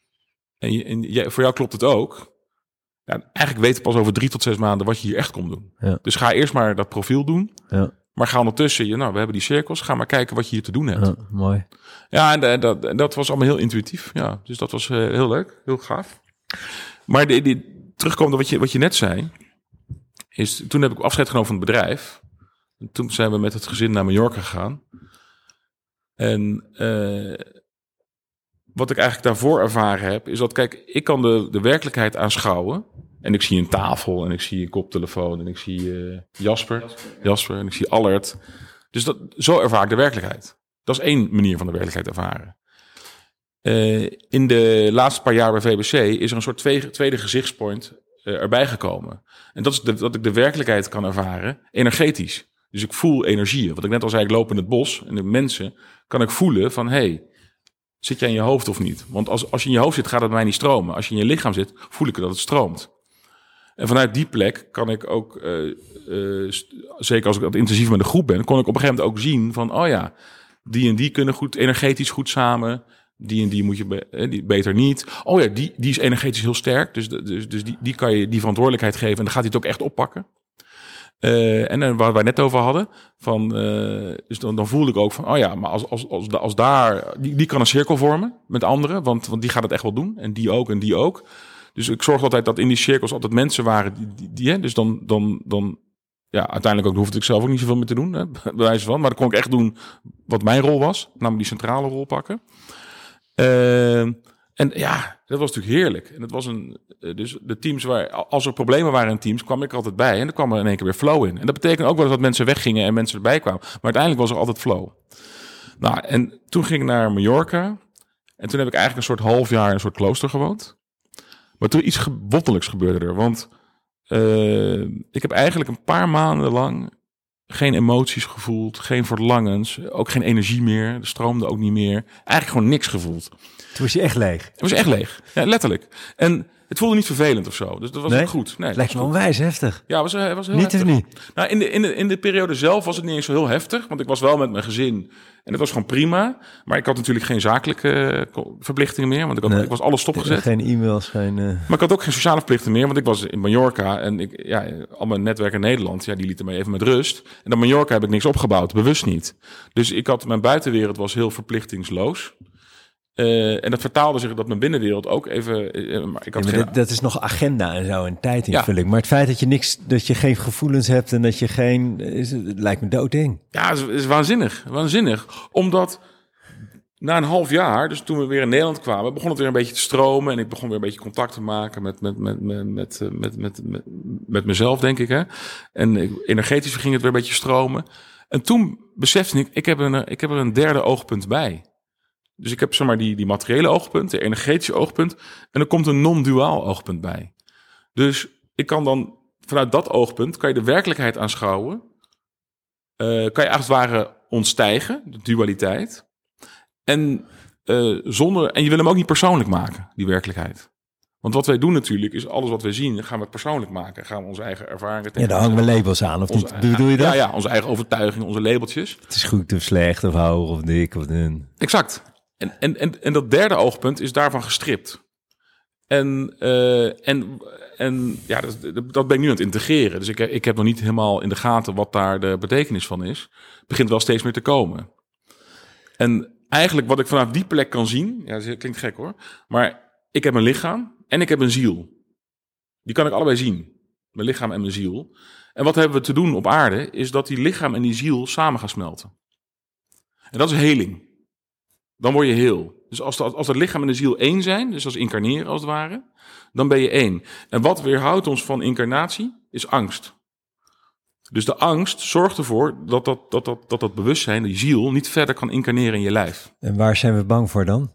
En voor jou klopt het ook. Ja, eigenlijk weten we pas over 3 tot 6 maanden wat je hier echt komt doen. Ja. Dus ga eerst maar dat profiel doen. Ja. Maar ga ondertussen, we hebben die cirkels. Ga maar kijken wat je hier te doen hebt. Ja, mooi. Ja, en dat was allemaal heel intuïtief. Ja, dus dat was heel leuk. Heel gaaf. Maar terugkomend op wat je net zei. Toen heb ik afscheid genomen van het bedrijf. En toen zijn we met het gezin naar Mallorca gegaan. En wat ik eigenlijk daarvoor ervaren heb, is dat, kijk, ik kan de werkelijkheid aanschouwen. En ik zie een tafel en ik zie een koptelefoon en ik zie Jasper en ik zie Allert. Dus zo ervaar ik de werkelijkheid. Dat is 1 manier van de werkelijkheid ervaren. In de laatste paar jaar bij VBC is er een soort tweede gezichtspoint erbij gekomen. En dat is dat ik de werkelijkheid kan ervaren energetisch. Dus ik voel energieën. Wat ik net al zei, ik loop in het bos en de mensen kan ik voelen van, hey, zit jij in je hoofd of niet? Want als je in je hoofd zit, gaat het bij mij niet stromen. Als je in je lichaam zit, voel ik dat het stroomt. En vanuit die plek kan ik ook, zeker als ik wat intensief met de groep ben, kon ik op een gegeven moment ook zien van, oh ja, die en die kunnen energetisch goed samen. Die en die moet je die beter niet. Oh ja, die is energetisch heel sterk. Dus die kan je die verantwoordelijkheid geven en dan gaat hij het ook echt oppakken. En waar wij net over hadden, dus dan voelde ik ook van, oh ja, maar als daar, die kan een cirkel vormen met anderen, want die gaat het echt wel doen. En die ook, en die ook. Dus ik zorg altijd dat in die cirkels altijd mensen waren die dus dan ja, uiteindelijk hoefde ik zelf ook niet zoveel meer te doen, hè, bij wijze van. Maar dan kon ik echt doen wat mijn rol was, namelijk die centrale rol pakken. En ja, dat was natuurlijk heerlijk. En dat was dus de teams als er problemen waren in teams, kwam ik altijd bij. En er kwam er in één keer weer flow in. En dat betekent ook wel dat mensen weggingen en mensen erbij kwamen. Maar uiteindelijk was er altijd flow. Nou, en toen ging ik naar Mallorca. En toen heb ik eigenlijk een soort half jaar in een soort klooster gewoond. Maar toen iets wonderlijks gebeurde er. Want ik heb eigenlijk een paar maanden lang geen emoties gevoeld, geen verlangens, ook geen energie meer. De stroomde ook niet meer. Eigenlijk gewoon niks gevoeld. Toen was je echt leeg. Het was echt leeg, ja, letterlijk. En het voelde niet vervelend of zo, dus dat was ook goed. Nee, lijkt me onwijs heftig. Ja, was heel niet heftig. Of niet? Nou, in de periode zelf was het niet eens zo heel heftig, want ik was wel met mijn gezin en het was gewoon prima. Maar ik had natuurlijk geen zakelijke verplichtingen meer, want ik was alles stopgezet. Geen e-mails, geen... Maar ik had ook geen sociale verplichtingen meer, want ik was in Mallorca en al mijn netwerk in Nederland, die lieten mij even met rust. En dan Mallorca heb ik niks opgebouwd, bewust niet. Dus mijn buitenwereld was heel verplichtingsloos. En dat vertaalde zich dat mijn binnenwereld ook even... maar ik had dat is nog agenda en zo en tijdinvulling. Ja. Maar het feit dat je geen gevoelens hebt en dat je het lijkt me doodeng. Ja, het is waanzinnig. Waanzinnig. Omdat na een half jaar, dus toen we weer in Nederland kwamen, begon het weer een beetje te stromen. En ik begon weer een beetje contact te maken met mezelf, denk ik. Hè? En energetisch ging het weer een beetje stromen. En toen besefte ik heb er een derde oogpunt bij. Dus ik heb zeg maar die materiële oogpunt, de energetische oogpunt. En er komt een non-duaal oogpunt bij. Dus ik kan dan vanuit dat oogpunt, kan je de werkelijkheid aanschouwen. Kan je als het ware ontstijgen, de dualiteit. En je wil hem ook niet persoonlijk maken, die werkelijkheid. Want wat wij doen natuurlijk, is alles wat wij zien, gaan we persoonlijk maken. Gaan we onze eigen ervaringen... Ja, daar hangen we labels aan, of niet? Doe je dat? Ja, onze eigen overtuiging, onze labeltjes. Het is goed of slecht, of hoog of dik of dun. Exact. En dat derde oogpunt is daarvan gestript. En ja, dat ben ik nu aan het integreren. Dus ik heb nog niet helemaal in de gaten wat daar de betekenis van is. Het begint wel steeds meer te komen. En eigenlijk wat ik vanaf die plek kan zien... Ja, dat klinkt gek hoor. Maar ik heb een lichaam en ik heb een ziel. Die kan ik allebei zien. Mijn lichaam en mijn ziel. En wat hebben we te doen op aarde... is dat die lichaam en die ziel samen gaan smelten. En dat is heling. Dan word je heel. Dus als het lichaam en de ziel één zijn, dus als incarneren als het ware, dan ben je één. En wat weerhoudt ons van incarnatie is angst. Dus de angst zorgt ervoor dat bewustzijn, die ziel, niet verder kan incarneren in je lijf. En waar zijn we bang voor dan?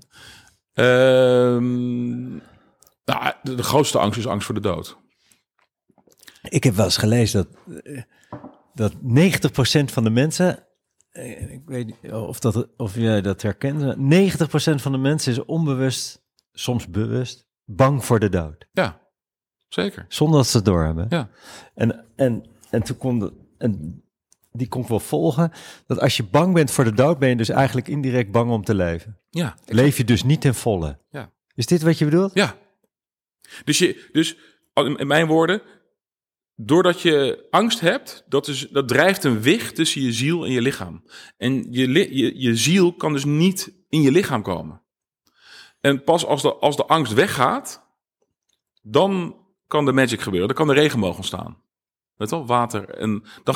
De grootste angst is angst voor de dood. Ik heb wel eens gelezen dat 90% van de mensen, ik weet niet of jij dat herkent, 90% van de mensen is onbewust, soms bewust, bang voor de dood. Ja, zeker. Zonder dat ze het doorhebben. Ja. En toen die kon ik wel volgen, dat als je bang bent voor de dood, ben je dus eigenlijk indirect bang om te leven. Ja. Exact. Leef je dus niet ten volle. Ja. Is dit wat je bedoelt? Ja. Dus in mijn woorden, doordat je angst hebt, dat drijft een wicht tussen je ziel en je lichaam. En je ziel kan dus niet in je lichaam komen. En pas als de angst weggaat, dan kan de magic gebeuren. Dan kan de regenboog ontstaan. Weet wel, water. En dan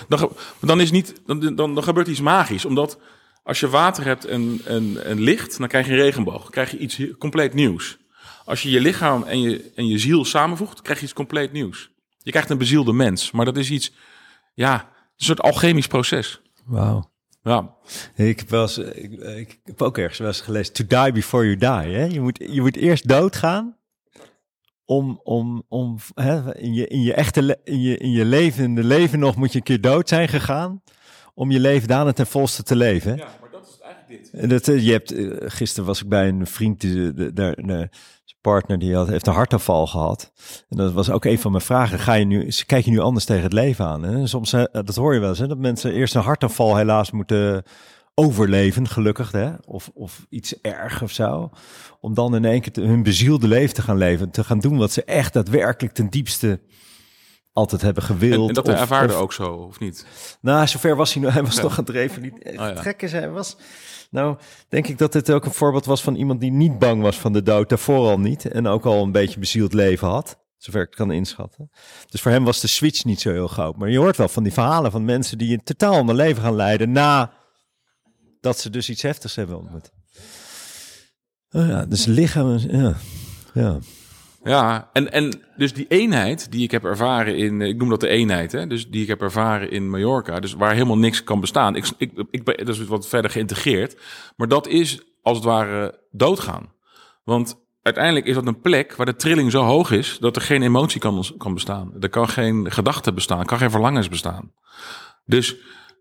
gebeurt iets magisch. Omdat als je water hebt en licht, dan krijg je een regenboog. Dan krijg je iets compleet nieuws. Als je je lichaam en je ziel samenvoegt, krijg je iets compleet nieuws. Je krijgt een bezielde mens. Maar dat is iets, een soort alchemisch proces. Wauw. Ja. Ik heb ook ergens wel eens gelezen, to die before you die. Hè? Je moet eerst doodgaan om in je levende leven nog moet je een keer dood zijn gegaan om je leven daarna ten volste te leven. Hè? Ja, maar dat is eigenlijk dit. Gisteren was ik bij een vriend, zijn partner die heeft een hartaanval gehad. En dat was ook een van mijn vragen. Kijk je nu anders tegen het leven aan? Hè? Soms, dat hoor je wel eens, hè? Dat mensen eerst een hartaanval helaas moeten overleven, gelukkig, hè? Of iets erg of zo. Om dan in één keer hun bezielde leven te gaan leven. Te gaan doen wat ze echt daadwerkelijk ten diepste altijd hebben gewild. En dat hij ervaarde ook zo, of niet? Nou, zover was hij nog. Hij was nog aan het trekken. Hij was... Nou, denk ik dat dit ook een voorbeeld was van iemand die niet bang was van de dood. Daarvoor al niet. En ook al een beetje bezield leven had. Zover ik het kan inschatten. Dus voor hem was de switch niet zo heel groot. Maar je hoort wel van die verhalen van mensen die een totaal ander leven gaan leiden. Nadat ze dus iets heftigs hebben ontmoet. Dus lichaam... Ja. Ja, en dus die eenheid die ik heb ervaren ik noem dat de eenheid, hè? Dus die ik heb ervaren in Mallorca, dus waar helemaal niks kan bestaan. Dat is wat verder geïntegreerd, maar dat is als het ware doodgaan. Want uiteindelijk is dat een plek waar de trilling zo hoog is dat er geen emotie kan bestaan. Er kan geen gedachte bestaan, kan geen verlangens bestaan. Dus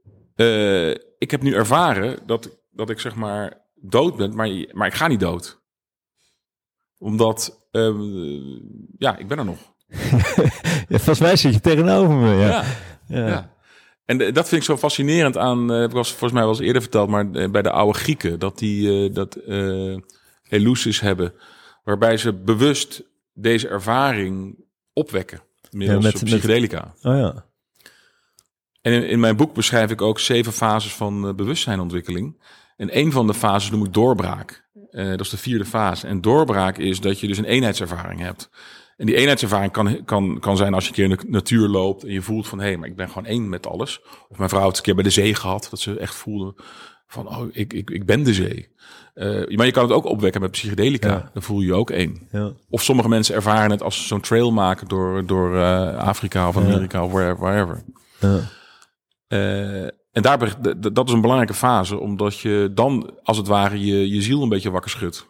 ik heb nu ervaren dat ik zeg maar dood ben, maar ik ga niet dood. Omdat, ik ben er nog. Volgens mij zit je tegenover me, ja. En dat vind ik zo fascinerend aan, heb ik volgens mij wel eens eerder verteld, maar bij de oude Grieken, dat die Eleusis hebben, waarbij ze bewust deze ervaring opwekken, middels psychedelica. Oh ja. En in mijn boek beschrijf ik ook 7 fases van bewustzijnontwikkeling. En een van de fases noem ik doorbraak. Dat is de 4e fase. En doorbraak is dat je dus een eenheidservaring hebt. En die eenheidservaring kan zijn als je een keer in de natuur loopt en je voelt van, hé, maar ik ben gewoon één met alles. Of mijn vrouw had een keer bij de zee gehad, dat ze echt voelde van, ik ben de zee. Maar je kan het ook opwekken met psychedelica. Ja. Dan voel je je ook één. Ja. Of sommige mensen ervaren het als zo'n trail maken door Afrika of Amerika of wherever. Ja. En dat is een belangrijke fase, omdat je dan, als het ware, je ziel een beetje wakker schudt.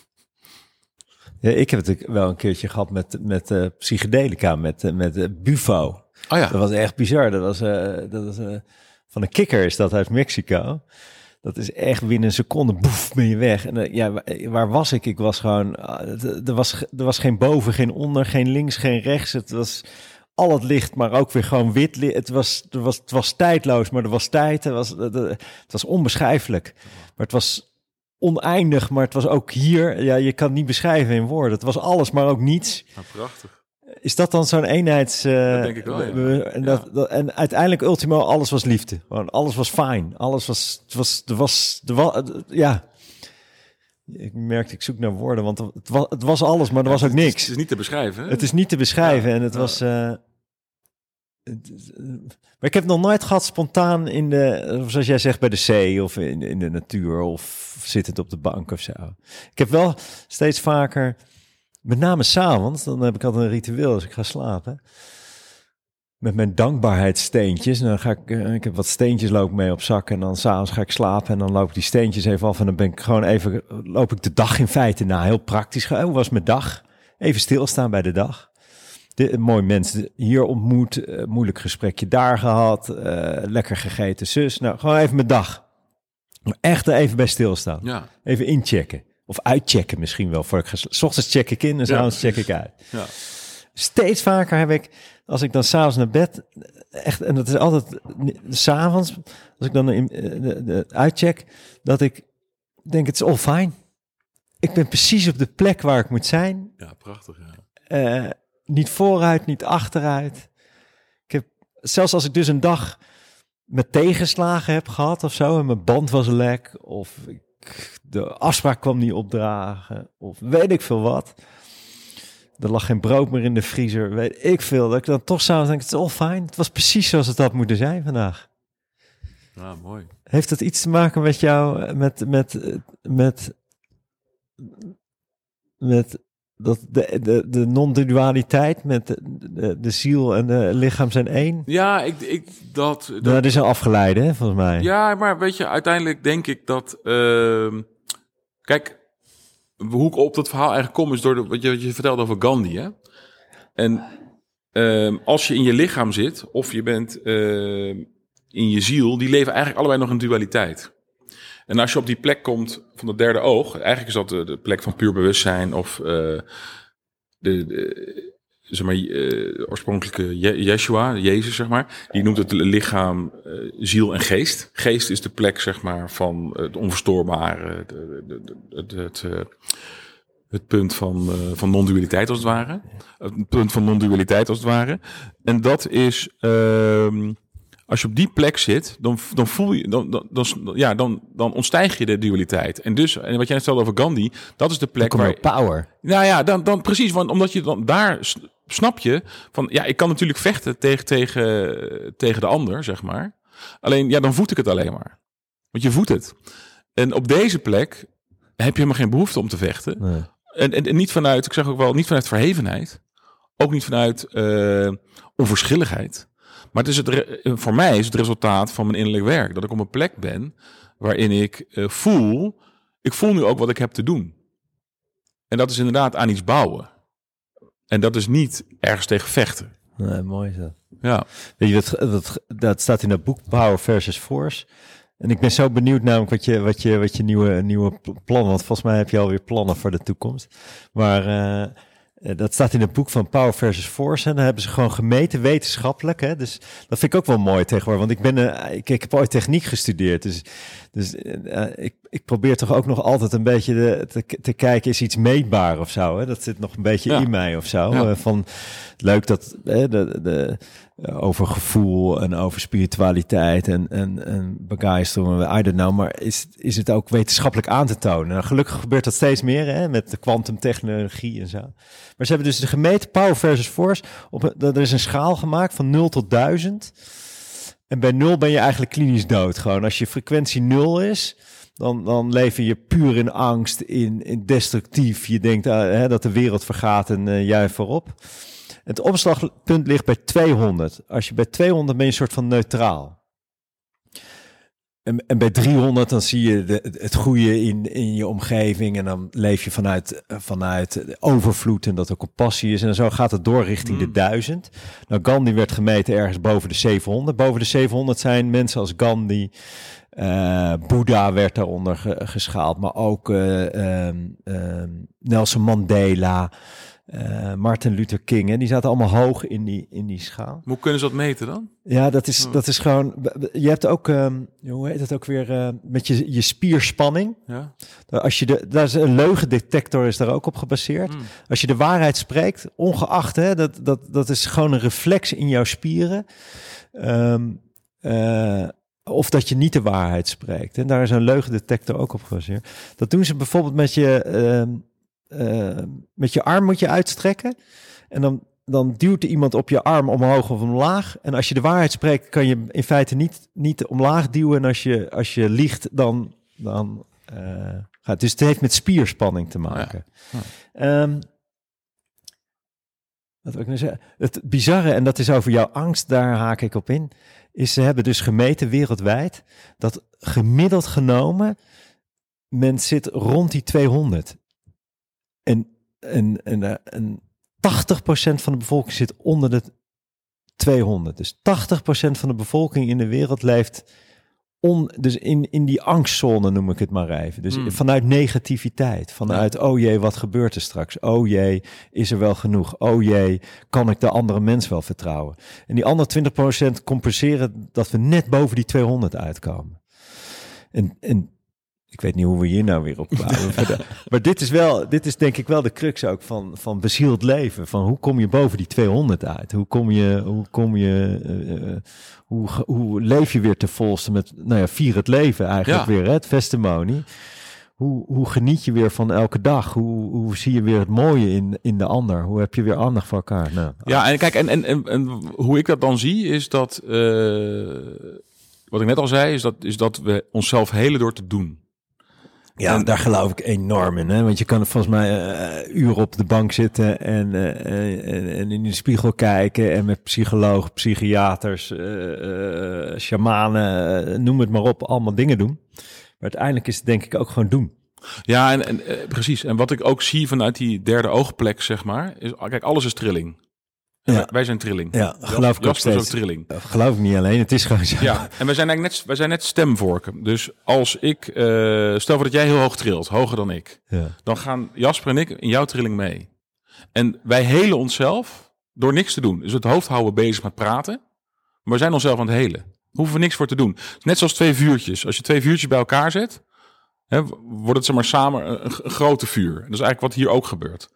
Ja, ik heb het wel een keertje gehad met psychedelica, met Bufo. Oh ja. Dat was echt bizar. Dat was van een kikker is dat uit Mexico. Dat is echt binnen een seconde, boef, ben je weg. En waar was ik? Ik was gewoon, er was geen boven, geen onder, geen links, geen rechts. Het was al het licht, maar ook weer gewoon wit. Het was tijdloos, maar er was tijd. Het was onbeschrijfelijk. Maar het was oneindig, maar het was ook hier. Ja, je kan het niet beschrijven in woorden. Het was alles, maar ook niets. Nou, prachtig. Is dat dan zo'n eenheids... dat denk ik wel, ja. En uiteindelijk, ultimo, alles was liefde. Gewoon, alles was fijn. Alles was... Ja. Ik merkte, ik zoek naar woorden, want het was alles, maar er was ook niks. Het is niet te beschrijven. Hè? Het is niet te beschrijven en het was... Maar ik heb nog nooit gehad spontaan zoals jij zegt, bij de zee of in de natuur of zittend op de bank of zo. Ik heb wel steeds vaker, met name 's avonds, dan heb ik altijd een ritueel als ik ga slapen. Met mijn dankbaarheidssteentjes. En dan ga ik heb wat steentjes loop mee op zak en dan 's avonds ga ik slapen en dan loop ik die steentjes even af en dan ben ik gewoon even, loop ik de dag in feite na. Heel praktisch. Hoe was mijn dag? Even stilstaan bij de dag. Mooi mensen hier ontmoet, moeilijk gesprekje daar gehad, lekker gegeten zus. Nou, gewoon even mijn dag. Maar echt er even bij stilstaan. Ja. Even inchecken. Of uitchecken misschien wel. Voor ik 's ochtends check ik in en 's avonds check ik uit. Ja. Steeds vaker heb ik, als ik dan 's avonds naar bed, echt, en dat is altijd 's avonds, als ik dan uitcheck, dat ik denk, het is all fine. Ik ben precies op de plek waar ik moet zijn. Ja, prachtig. Ja. Niet vooruit, niet achteruit. Zelfs als ik dus een dag met tegenslagen heb gehad of zo, en mijn band was lek, of de afspraak kwam niet opdragen, of weet ik veel wat. Er lag geen brood meer in de vriezer, weet ik veel. Dat ik dan toch s'avonds denk, het is all fine. Het was precies zoals het had moeten zijn vandaag. Ja, mooi. Heeft dat iets te maken met jou, met dat de non-dualiteit, met de ziel en de lichaam zijn één? Ja, Dat is een afgeleide, hè, volgens mij. Ja, maar weet je, uiteindelijk denk ik dat... kijk, hoe ik op dat verhaal eigenlijk kom is door wat je vertelde over Gandhi, hè? En als je in je lichaam zit of je bent in je ziel, die leven eigenlijk allebei nog in dualiteit. En als je op die plek komt van het derde oog, eigenlijk is dat de plek van puur bewustzijn of zeg maar, oorspronkelijke Yeshua, Jezus, zeg maar, die noemt het lichaam, ziel en geest. Geest is de plek, zeg maar, van het onverstoorbare, het punt van non-dualiteit als het ware. Het punt van non-dualiteit als het ware. En dat is, als je op die plek zit, dan voel je, dan ontstijg je de dualiteit. En dus, en wat jij net stelde over Gandhi, dat is de plek waar power. Nou ja, dan precies, want omdat je dan daar snap je van, ja, ik kan natuurlijk vechten tegen de ander, zeg maar. Alleen, ja, dan voed ik het alleen maar. Want je voedt het. En op deze plek heb je helemaal geen behoefte om te vechten. Nee. En niet vanuit, ik zeg ook wel, niet vanuit verhevenheid. Ook niet vanuit onverschilligheid. Maar het is voor mij is het resultaat van mijn innerlijk werk. Dat ik op een plek ben waarin ik voel nu ook wat ik heb te doen. En dat is inderdaad aan iets bouwen. En dat is niet ergens tegen vechten. Nee, mooi is dat. Ja. Weet je, dat staat in dat boek Power versus Force. En ik ben zo benieuwd namelijk wat je nieuwe plannen, want volgens mij heb je alweer plannen voor de toekomst. Maar dat staat in het boek van Power versus Force. En dan hebben ze gewoon gemeten wetenschappelijk. Hè? Dus dat vind ik ook wel mooi tegenwoordig. Want ik heb ooit techniek gestudeerd. Dus ik probeer toch ook nog altijd een beetje te kijken, is iets meetbaar of zo. Hè? Dat zit nog een beetje in mij of zo. Ja. Van leuk dat over gevoel en over spiritualiteit en begeistering, I don't know, maar is het ook wetenschappelijk aan te tonen? Nou, gelukkig gebeurt dat steeds meer, hè, met de kwantumtechnologie en zo. Maar ze hebben dus de gemeten Power versus Force. Er is een schaal gemaakt van 0 tot 1000. En bij 0 ben je eigenlijk klinisch dood. Gewoon als je frequentie 0 is, dan leef je puur in angst, in destructief. Je denkt dat de wereld vergaat en jij voorop. Het omslagpunt ligt bij 200. Als je bij 200 ben je een soort van neutraal. En bij 300 dan zie je het goede in je omgeving. En dan leef je vanuit overvloed en dat er compassie is. En zo gaat het door richting de 1000. Nou, Gandhi werd gemeten ergens boven de 700. Boven de 700 zijn mensen als Gandhi. Boeddha werd daaronder geschaald. Maar ook Nelson Mandela. Martin Luther King, hè, die zaten allemaal hoog in die schaal. Hoe kunnen ze dat meten dan? Ja, dat is gewoon... Je hebt ook, hoe heet het ook weer, met je spierspanning. Ja. Daar is een leugendetector is daar ook op gebaseerd. Als je de waarheid spreekt, ongeacht, hè, dat is gewoon een reflex in jouw spieren. Of dat je niet de waarheid spreekt. En daar is een leugendetector ook op gebaseerd. Dat doen ze bijvoorbeeld met je arm moet je uitstrekken. En dan duwt er iemand op je arm omhoog of omlaag. En als je de waarheid spreekt, kan je in feite niet omlaag duwen. En als je liegt, dan gaat. Dus het heeft met spierspanning te maken. Wat wil ik nou zeggen? Het bizarre, en dat is over jouw angst, daar haak ik op in, is ze hebben dus gemeten wereldwijd dat gemiddeld genomen men zit rond die 200. En 80% van de bevolking zit onder de 200. Dus 80% van de bevolking in de wereld leeft dus in die angstzone, noem ik het maar even. Dus vanuit negativiteit. Vanuit, oh jee, wat gebeurt er straks? Oh jee, is er wel genoeg? Oh jee, kan ik de andere mens wel vertrouwen? En die andere 20% compenseren dat we net boven die 200 uitkomen. En ik weet niet hoe we hier nou weer op kwamen. Maar dit is denk ik wel de crux ook van bezield leven. Van hoe kom je boven die 200 uit? Hoe leef je weer te volste met, vier het leven eigenlijk weer, hè? Het testimony. Hoe geniet je weer van elke dag? Hoe zie je weer het mooie in de ander? Hoe heb je weer aandacht voor elkaar? Nou, ja, en kijk, en hoe ik dat dan zie, is dat, wat ik net al zei, is dat we onszelf helen door te doen. Ja, daar geloof ik enorm in. Hè? Want je kan volgens mij uren op de bank zitten en in de spiegel kijken en met psychologen, psychiaters, shamanen, noem het maar op, allemaal dingen doen. Maar uiteindelijk is het denk ik ook gewoon doen. Ja, en precies. En wat ik ook zie vanuit die derde oogplek, zeg maar, is, kijk, alles is trilling. Ja. Wij zijn trilling. Ja, geloof ik ook steeds. Is ook trilling. Geloof ik niet alleen, het is gewoon zo. Ja, en wij zijn net stemvorken. Dus als ik, stel voor dat jij heel hoog trilt, hoger dan ik. Ja. Dan gaan Jasper en ik in jouw trilling mee. En wij helen onszelf door niks te doen. Dus het hoofd houden bezig met praten. Maar we zijn onszelf aan het helen. Hoeven we niks voor te doen. Net zoals twee vuurtjes. Als je twee vuurtjes bij elkaar zet, wordt het zeg maar samen een grote vuur. Dat is eigenlijk wat hier ook gebeurt.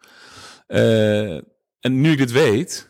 En nu ik dit weet,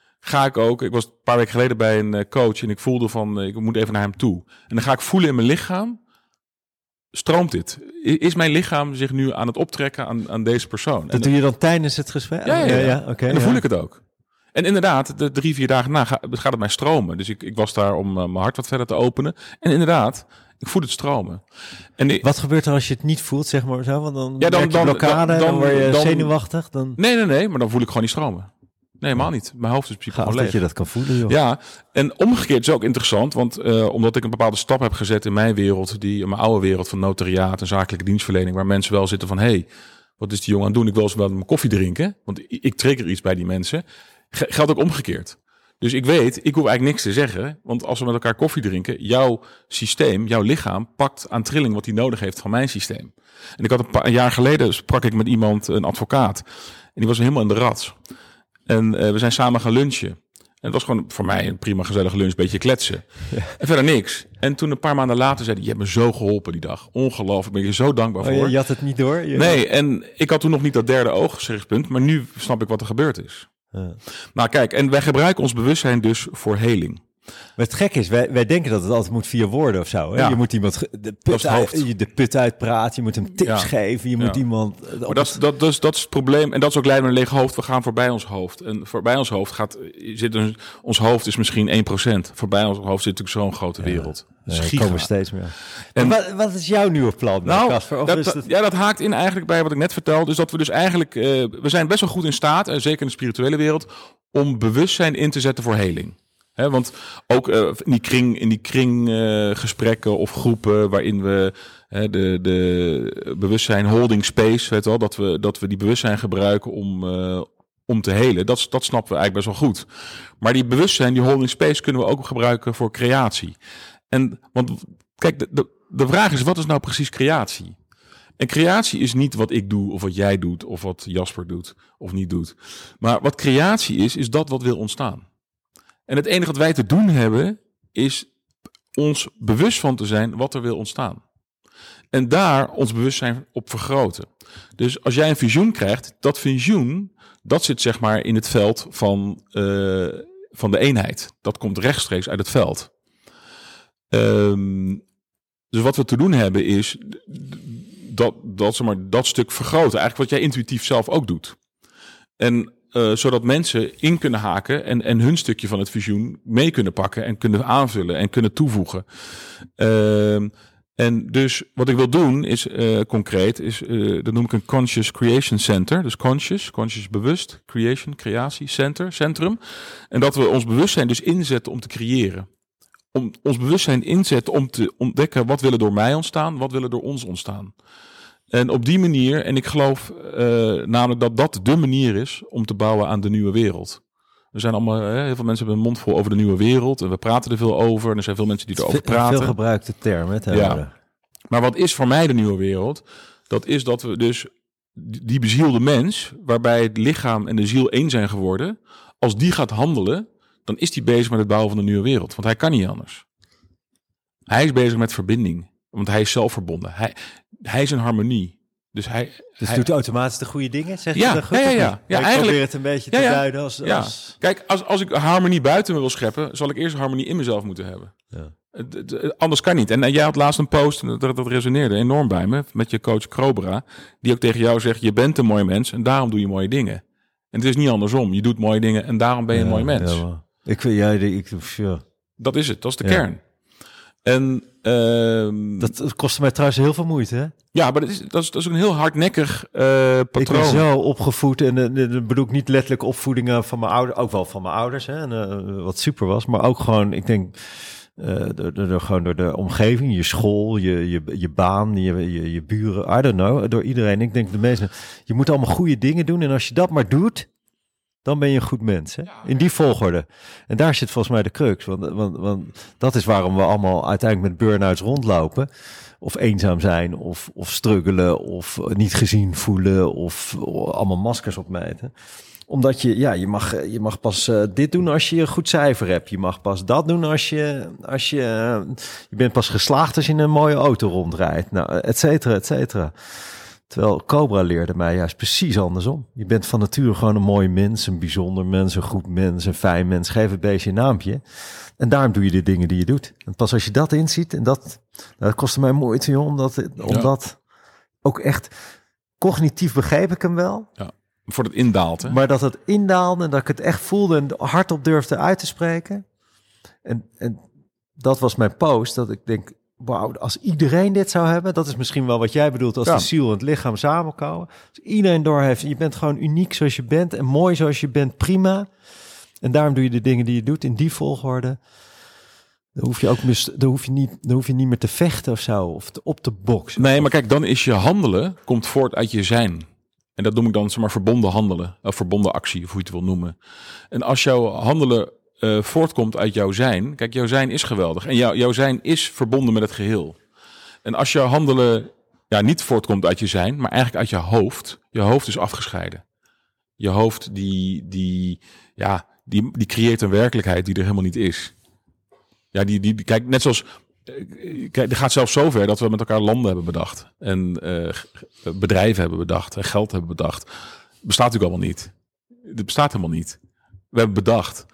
ik was een paar weken geleden bij een coach en ik voelde van, ik moet even naar hem toe. En dan ga ik voelen in mijn lichaam, stroomt dit? Is mijn lichaam zich nu aan het optrekken aan deze persoon? Dat doe je dan tijdens het gesprek? Ja. Okay, en dan voel ik het ook. En inderdaad, de 3-4 dagen na gaat het mij stromen. Dus ik was daar om mijn hart wat verder te openen. En inderdaad, ik voel het stromen. En wat gebeurt er als je het niet voelt, zeg maar zo? Want dan merk je blokkade, dan word je zenuwachtig. Dan... Nee, maar dan voel ik gewoon niet stromen. Nee, helemaal niet. Mijn hoofd is precies leeg. Dat je dat kan voelen, joh. Ja, en omgekeerd is ook interessant, want omdat ik een bepaalde stap heb gezet in mijn wereld, in mijn oude wereld van notariaat en zakelijke dienstverlening, waar mensen wel zitten van, hey, wat is die jongen aan het doen? Ik wil eens wel mijn koffie drinken, want ik trigger iets bij die mensen. Geldt ook omgekeerd. Dus ik weet, ik hoef eigenlijk niks te zeggen, want als we met elkaar koffie drinken, jouw systeem, jouw lichaam pakt aan trilling wat hij nodig heeft van mijn systeem. En ik had een jaar geleden sprak ik met iemand, een advocaat, en die was helemaal in de rat. En we zijn samen gaan lunchen. En het was gewoon voor mij een prima gezellige lunch, beetje kletsen. Ja. En verder niks. En toen een paar maanden later zei hij, je hebt me zo geholpen die dag. Ongelooflijk, ben je zo dankbaar voor. Je had het niet door? Nee, en ik had toen nog niet dat derde oogzichtpunt, maar nu snap ik wat er gebeurd is. Ja. Nou kijk, en wij gebruiken ons bewustzijn dus voor heling. Maar het gek is, wij denken dat het altijd moet via woorden of zo. Hè? Ja. Je moet iemand de put uitpraten, je moet hem tips geven, je moet iemand... Maar dat is het probleem en dat is ook leiden naar een leeg hoofd. We gaan voorbij ons hoofd. En voorbij ons hoofd ons hoofd is misschien 1%. Voorbij ons hoofd zit natuurlijk zo'n grote wereld. Er komen steeds meer. En wat is jouw nieuwe plan, Casper? Dat haakt in eigenlijk bij wat ik net vertelde. Dus dat we dus eigenlijk... we zijn best wel goed in staat, zeker in de spirituele wereld, om bewustzijn in te zetten voor heling. Want ook in die kringgesprekken of groepen waarin we de bewustzijn holding space, weet wel, dat we die bewustzijn gebruiken om te helen, dat snappen we eigenlijk best wel goed. Maar die bewustzijn, die holding space, kunnen we ook gebruiken voor creatie. Want kijk, de vraag is, wat is nou precies creatie? En creatie is niet wat ik doe of wat jij doet of wat Jasper doet of niet doet. Maar wat creatie is dat wat wil ontstaan. En het enige wat wij te doen hebben, is ons bewust van te zijn wat er wil ontstaan. En daar ons bewustzijn op vergroten. Dus als jij een visioen krijgt, dat visioen, dat zit zeg maar in het veld van de eenheid. Dat komt rechtstreeks uit het veld. Dus wat we te doen hebben is dat stuk vergroten. Eigenlijk wat jij intuïtief zelf ook doet. En zodat mensen in kunnen haken en hun stukje van het visioen mee kunnen pakken en kunnen aanvullen en kunnen toevoegen. En dus wat ik wil doen is concreet, dat noem ik een Conscious Creation Center. Dus conscious bewust, creatie, centrum. En dat we ons bewustzijn dus inzetten om te creëren. Om ons bewustzijn inzetten om te ontdekken wat willen door mij ontstaan, wat willen door ons ontstaan. En op die manier, en ik geloof namelijk dat de manier is om te bouwen aan de nieuwe wereld. Er zijn allemaal, heel veel mensen hebben een mond vol over de nieuwe wereld. En we praten er veel over. En er zijn veel mensen die erover praten. Een veel gebruikte term. Ja. Maar wat is voor mij de nieuwe wereld? Dat is dat we dus die bezielde mens, waarbij het lichaam en de ziel één zijn geworden. Als die gaat handelen, dan is die bezig met het bouwen van de nieuwe wereld. Want hij kan niet anders. Hij is bezig met verbinding. Want hij is zelf verbonden. Hij is in harmonie. Dus hij doet automatisch de goede dingen, zeg je ja, dat goed? Ja, ik probeer het een beetje te duiden als... Kijk, als ik harmonie buiten me wil scheppen, zal ik eerst harmonie in mezelf moeten hebben. Ja. Anders kan niet. En jij had laatst een post, en dat resoneerde enorm bij me, met je coach Krobera, die ook tegen jou zegt, je bent een mooi mens en daarom doe je mooie dingen. En het is niet andersom. Je doet mooie dingen en daarom ben je een mooi mens. Ja, dat is het. Dat is de kern. En dat kostte mij trouwens heel veel moeite, hè? Ja, maar dat is ook een heel hardnekkig patroon. Ik ben zo opgevoed en dat bedoel ik niet letterlijk opvoedingen van mijn ouders, ook wel van mijn ouders, hè, en, wat super was, maar ook gewoon, ik denk, door de omgeving, je school, je baan, je buren, I don't know, door iedereen. Ik denk de meeste, je moet allemaal goede dingen doen en als je dat maar doet, dan ben je een goed mens. Hè? In die volgorde. En daar zit volgens mij de crux. Want dat is waarom we allemaal uiteindelijk met burn-outs rondlopen. Of eenzaam zijn, of struggelen, of niet gezien voelen, of allemaal maskers opmijten. Omdat je mag pas dit doen als je een goed cijfer hebt. Je mag pas dat doen als je bent pas geslaagd als je in een mooie auto rondrijdt. Nou, et cetera, et cetera. Terwijl Cobra leerde mij juist precies andersom. Je bent van nature gewoon een mooi mens, een bijzonder mens, een goed mens, een fijn mens. Geef het beestje een naampje. En daarom doe je de dingen die je doet. En pas als je dat inziet, en dat kostte mij moeite, joh, omdat ook echt cognitief begreep ik hem wel. Ja, voor het indaalt. Hè? Maar dat het indaalde en dat ik het echt voelde en hardop durfde uit te spreken. En dat was mijn post, dat ik denk, wauw, als iedereen dit zou hebben, dat is misschien wel wat jij bedoelt, als de ziel en het lichaam samenkomen. Als iedereen doorheeft, je bent gewoon uniek zoals je bent en mooi zoals je bent, prima. En daarom doe je de dingen die je doet in die volgorde. Dan hoef je niet meer te vechten of zo, of op te boksen. Nee, maar kijk, dan is je handelen, komt voort uit je zijn. En dat noem ik dan, zeg maar, verbonden handelen, of verbonden actie, of hoe je het wil noemen. En als jouw handelen voortkomt uit jouw zijn. Kijk, jouw zijn is geweldig. En jouw zijn is verbonden met het geheel. En als jouw handelen niet voortkomt uit je zijn, maar eigenlijk uit je hoofd. Je hoofd is afgescheiden. Je hoofd die creëert een werkelijkheid die er helemaal niet is. Ja, kijk, net zoals... Kijk, er gaat zelfs zover dat we met elkaar landen hebben bedacht. En bedrijven hebben bedacht. En geld hebben bedacht. Bestaat natuurlijk allemaal niet. Het bestaat helemaal niet. We hebben bedacht.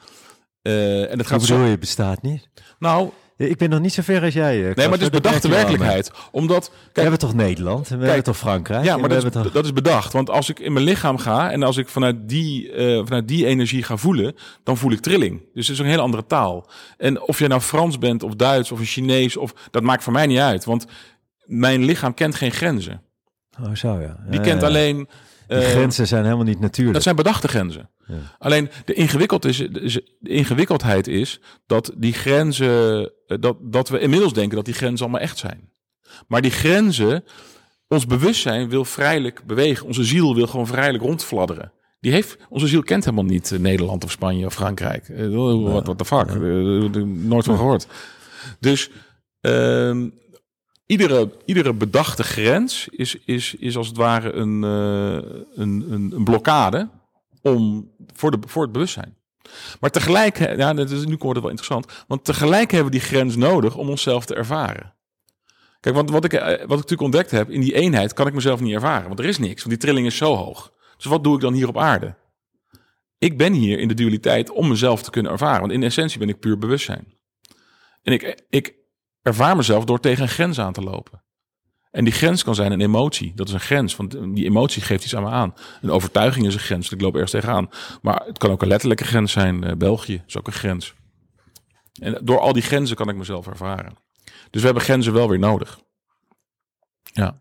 En het gaat bedoel je, bestaat niet? Nou, ik ben nog niet zo ver als jij. Nee, maar het is bedachte werkelijkheid. Omdat, kijk, we hebben toch Nederland en we hebben toch Frankrijk? Ja, maar dat is bedacht. Want als ik in mijn lichaam ga en als ik vanuit die energie ga voelen, dan voel ik trilling. Dus het is een hele andere taal. En of je nou Frans bent of Duits of een Chinees, dat maakt voor mij niet uit. Want mijn lichaam kent geen grenzen. Oh, zo ja. Die kent alleen... Die grenzen zijn helemaal niet natuurlijk. Dat zijn bedachte grenzen. Ja. Alleen de ingewikkeldheid is dat die grenzen, dat we inmiddels denken dat die grenzen allemaal echt zijn. Maar die grenzen, ons bewustzijn wil vrijelijk bewegen. Onze ziel wil gewoon vrijelijk rondfladderen. Onze ziel kent helemaal niet Nederland of Spanje of Frankrijk. What the fuck? Nooit van gehoord. Dus iedere bedachte grens is als het ware een blokkade voor het bewustzijn. Maar tegelijk, nu wordt het wel interessant, want tegelijk hebben we die grens nodig om onszelf te ervaren. Kijk, want wat ik natuurlijk ontdekt heb, in die eenheid kan ik mezelf niet ervaren, want er is niks, want die trilling is zo hoog. Dus wat doe ik dan hier op aarde? Ik ben hier in de dualiteit om mezelf te kunnen ervaren, want in essentie ben ik puur bewustzijn. En ik ervaar mezelf door tegen een grens aan te lopen. En die grens kan zijn een emotie. Dat is een grens, want die emotie geeft iets aan me aan. Een overtuiging is een grens, ik loop ergens tegenaan. Maar het kan ook een letterlijke grens zijn. België is ook een grens. En door al die grenzen kan ik mezelf ervaren. Dus we hebben grenzen wel weer nodig. Ja.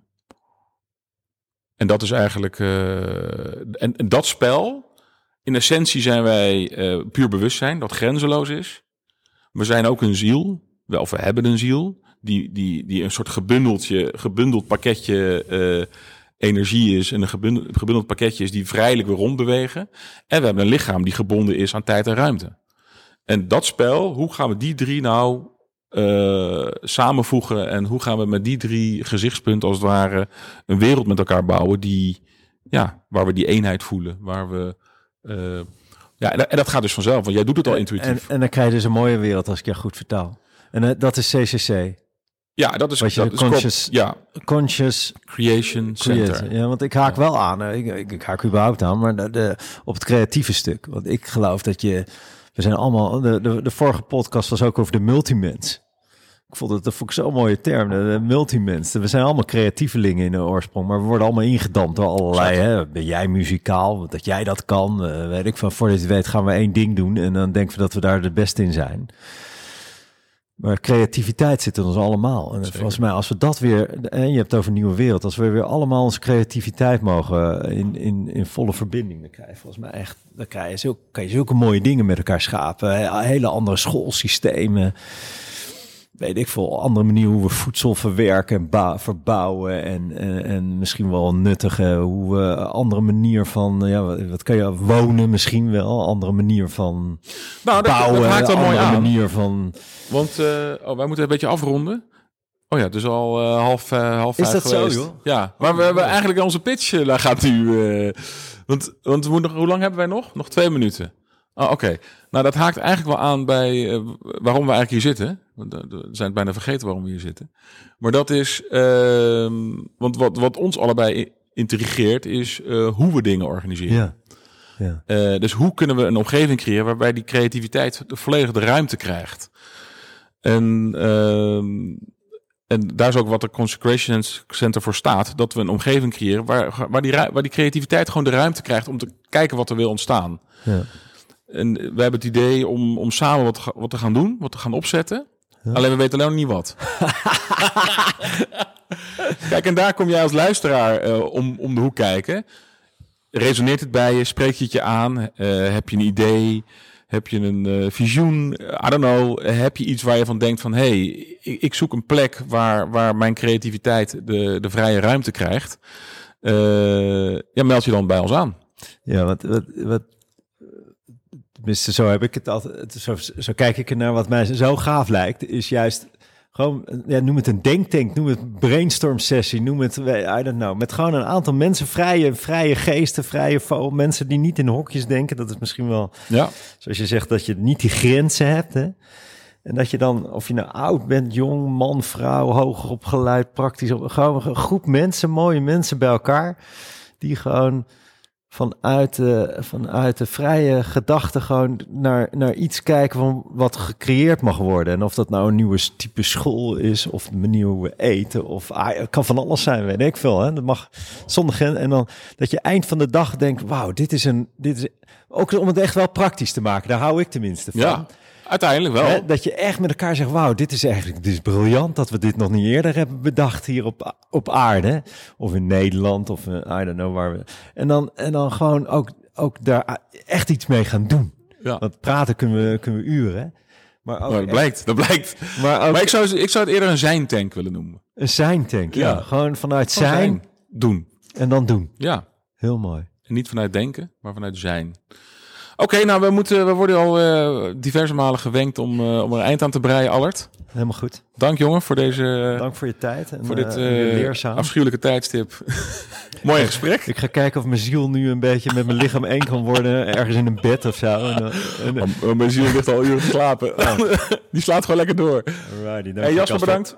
En dat is eigenlijk... En dat spel... In essentie zijn wij puur bewustzijn, dat grenzeloos is. We zijn ook een ziel. Of we hebben een ziel. Die een soort gebundeld pakketje energie is. En een gebundeld pakketje is die vrijelijk weer rondbewegen. En we hebben een lichaam die gebonden is aan tijd en ruimte. En dat spel, hoe gaan we die drie nou samenvoegen? En hoe gaan we met die drie gezichtspunten als het ware een wereld met elkaar bouwen waar we die eenheid voelen. Waar we... en dat gaat dus vanzelf, want jij doet het al intuïtief. En dan krijg je dus een mooie wereld als ik je goed vertaal. En dat is CCC. Ja, dat is... Conscious Creation Center. Ja, want ik haak wel aan. Ik haak überhaupt aan, maar op het creatieve stuk. Want ik geloof dat we zijn allemaal... De vorige podcast was ook over de multimens. Dat vond ik zo'n mooie term, de multimens. We zijn allemaal creatievelingen in de oorsprong, maar we worden allemaal ingedampt door allerlei... Hè, ben jij muzikaal, dat jij dat kan? Weet ik van, voordat je weet gaan we één ding doen en dan denken we dat we daar de beste in zijn. Maar creativiteit zit in ons allemaal. En volgens mij, als we dat weer... En je hebt het over een nieuwe wereld. Als we weer allemaal onze creativiteit mogen in volle verbinding... dan krijg je volgens mij echt... Dan kan je zulke mooie dingen met elkaar schapen. Hele andere schoolsystemen... weet ik veel, andere manier hoe we voedsel verwerken en verbouwen en misschien wel nuttige, hoe we andere manier van, wat kan je wonen misschien wel, andere manier van bouwen, dat haakt wel mooi aan. Manier van... Want wij moeten een beetje afronden. Oh ja, dus al half vijf is dat geweest. Zo, joh? Ja, maar we hebben eigenlijk onze pitch, daar gaat u... want we moeten hoe lang hebben wij nog? Nog 2 minuten. Oh, oké. Nou, dat haakt eigenlijk wel aan bij waarom we eigenlijk hier zitten. We zijn het bijna vergeten waarom we hier zitten. Maar dat is... want wat ons allebei intrigeert is hoe we dingen organiseren. Ja. Dus hoe kunnen we een omgeving creëren waarbij die creativiteit volledig de ruimte krijgt. En daar is ook wat de Consecration Center voor staat. Dat we een omgeving creëren waar die creativiteit gewoon de ruimte krijgt om te kijken wat er wil ontstaan. Ja. En we hebben het idee om samen wat te gaan doen, wat te gaan opzetten. Ja. Alleen we weten alleen nog niet wat. Kijk, en daar kom jij als luisteraar om de hoek kijken. Resoneert het bij je? Spreek je het je aan? Heb je een idee? Heb je een visioen? I don't know. Heb je iets waar je van denkt van... hey, ik zoek een plek waar mijn creativiteit de vrije ruimte krijgt. Meld je dan bij ons aan. Ja, wat tenminste, zo heb ik het altijd. Zo kijk ik er naar. Wat mij zo gaaf lijkt, is juist gewoon, noem het een denktank, noem het brainstorm sessie, noem het, I don't know, met gewoon een aantal mensen, vrije geesten, mensen die niet in hokjes denken. Dat is misschien wel, zoals je zegt, dat je niet die grenzen hebt, hè? En dat je dan, of je nou oud bent, jong, man, vrouw, hoger opgeleid, praktisch, gewoon een groep mensen, mooie mensen bij elkaar, die gewoon vanuit de vrije gedachte gewoon naar iets kijken van wat gecreëerd mag worden. En of dat nou een nieuwe type school is, of de manier hoe we eten, of het kan van alles zijn, weet ik veel. Hè? Dat mag zonder grens. En dan dat je eind van de dag denkt, wauw, dit is ook om het echt wel praktisch te maken. Daar hou ik tenminste van. Ja. Uiteindelijk wel. Hè, dat je echt met elkaar zegt, wauw, dit is briljant dat we dit nog niet eerder hebben bedacht hier op aarde. Of in Nederland, of I don't know waar we... En dan gewoon ook daar echt iets mee gaan doen. Ja. Want praten kunnen we uren. Maar ook dat blijkt. Maar ik zou het eerder een zijn-tank willen noemen. Een zijn-tank, ja. Gewoon vanuit zijn doen. En dan doen. Ja. Heel mooi. En niet vanuit denken, maar vanuit zijn. Oké, nou, we worden al diverse malen gewenkt om er een eind aan te breien, Allert. Helemaal goed. Dank, jongen, voor deze... Dank voor je tijd. En voor dit afschuwelijke tijdstip. Mooi gesprek. Ik ga kijken of mijn ziel nu een beetje met mijn lichaam één kan worden. Ergens in een bed of zo. Mijn ziel ligt al uren te slapen. Oh. Die slaat gewoon lekker door. Alrighty, hey, Jasper, bedankt.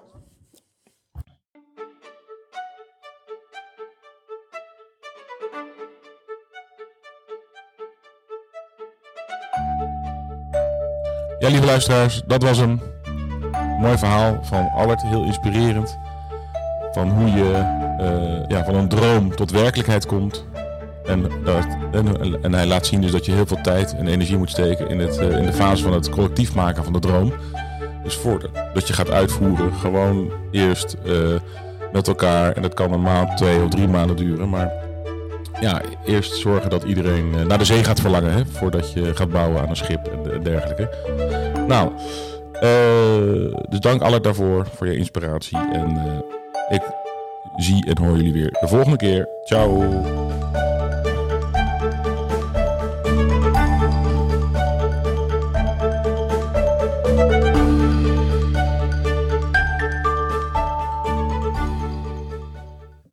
Ja, lieve luisteraars, dat was hem. Mooi verhaal van Allert, heel inspirerend. van hoe je van een droom tot werkelijkheid komt. En hij laat zien dus dat je heel veel tijd en energie moet steken in de fase van het collectief maken van de droom. Dus voordat je gaat uitvoeren, gewoon eerst met elkaar. En dat kan een maand, 2 of 3 maanden duren. Maar ja, eerst zorgen dat iedereen naar de zee gaat verlangen. Hè, voordat je gaat bouwen aan een schip en dergelijke. Nou, dus dank Allard daarvoor, voor je inspiratie. En ik zie en hoor jullie weer de volgende keer. Ciao!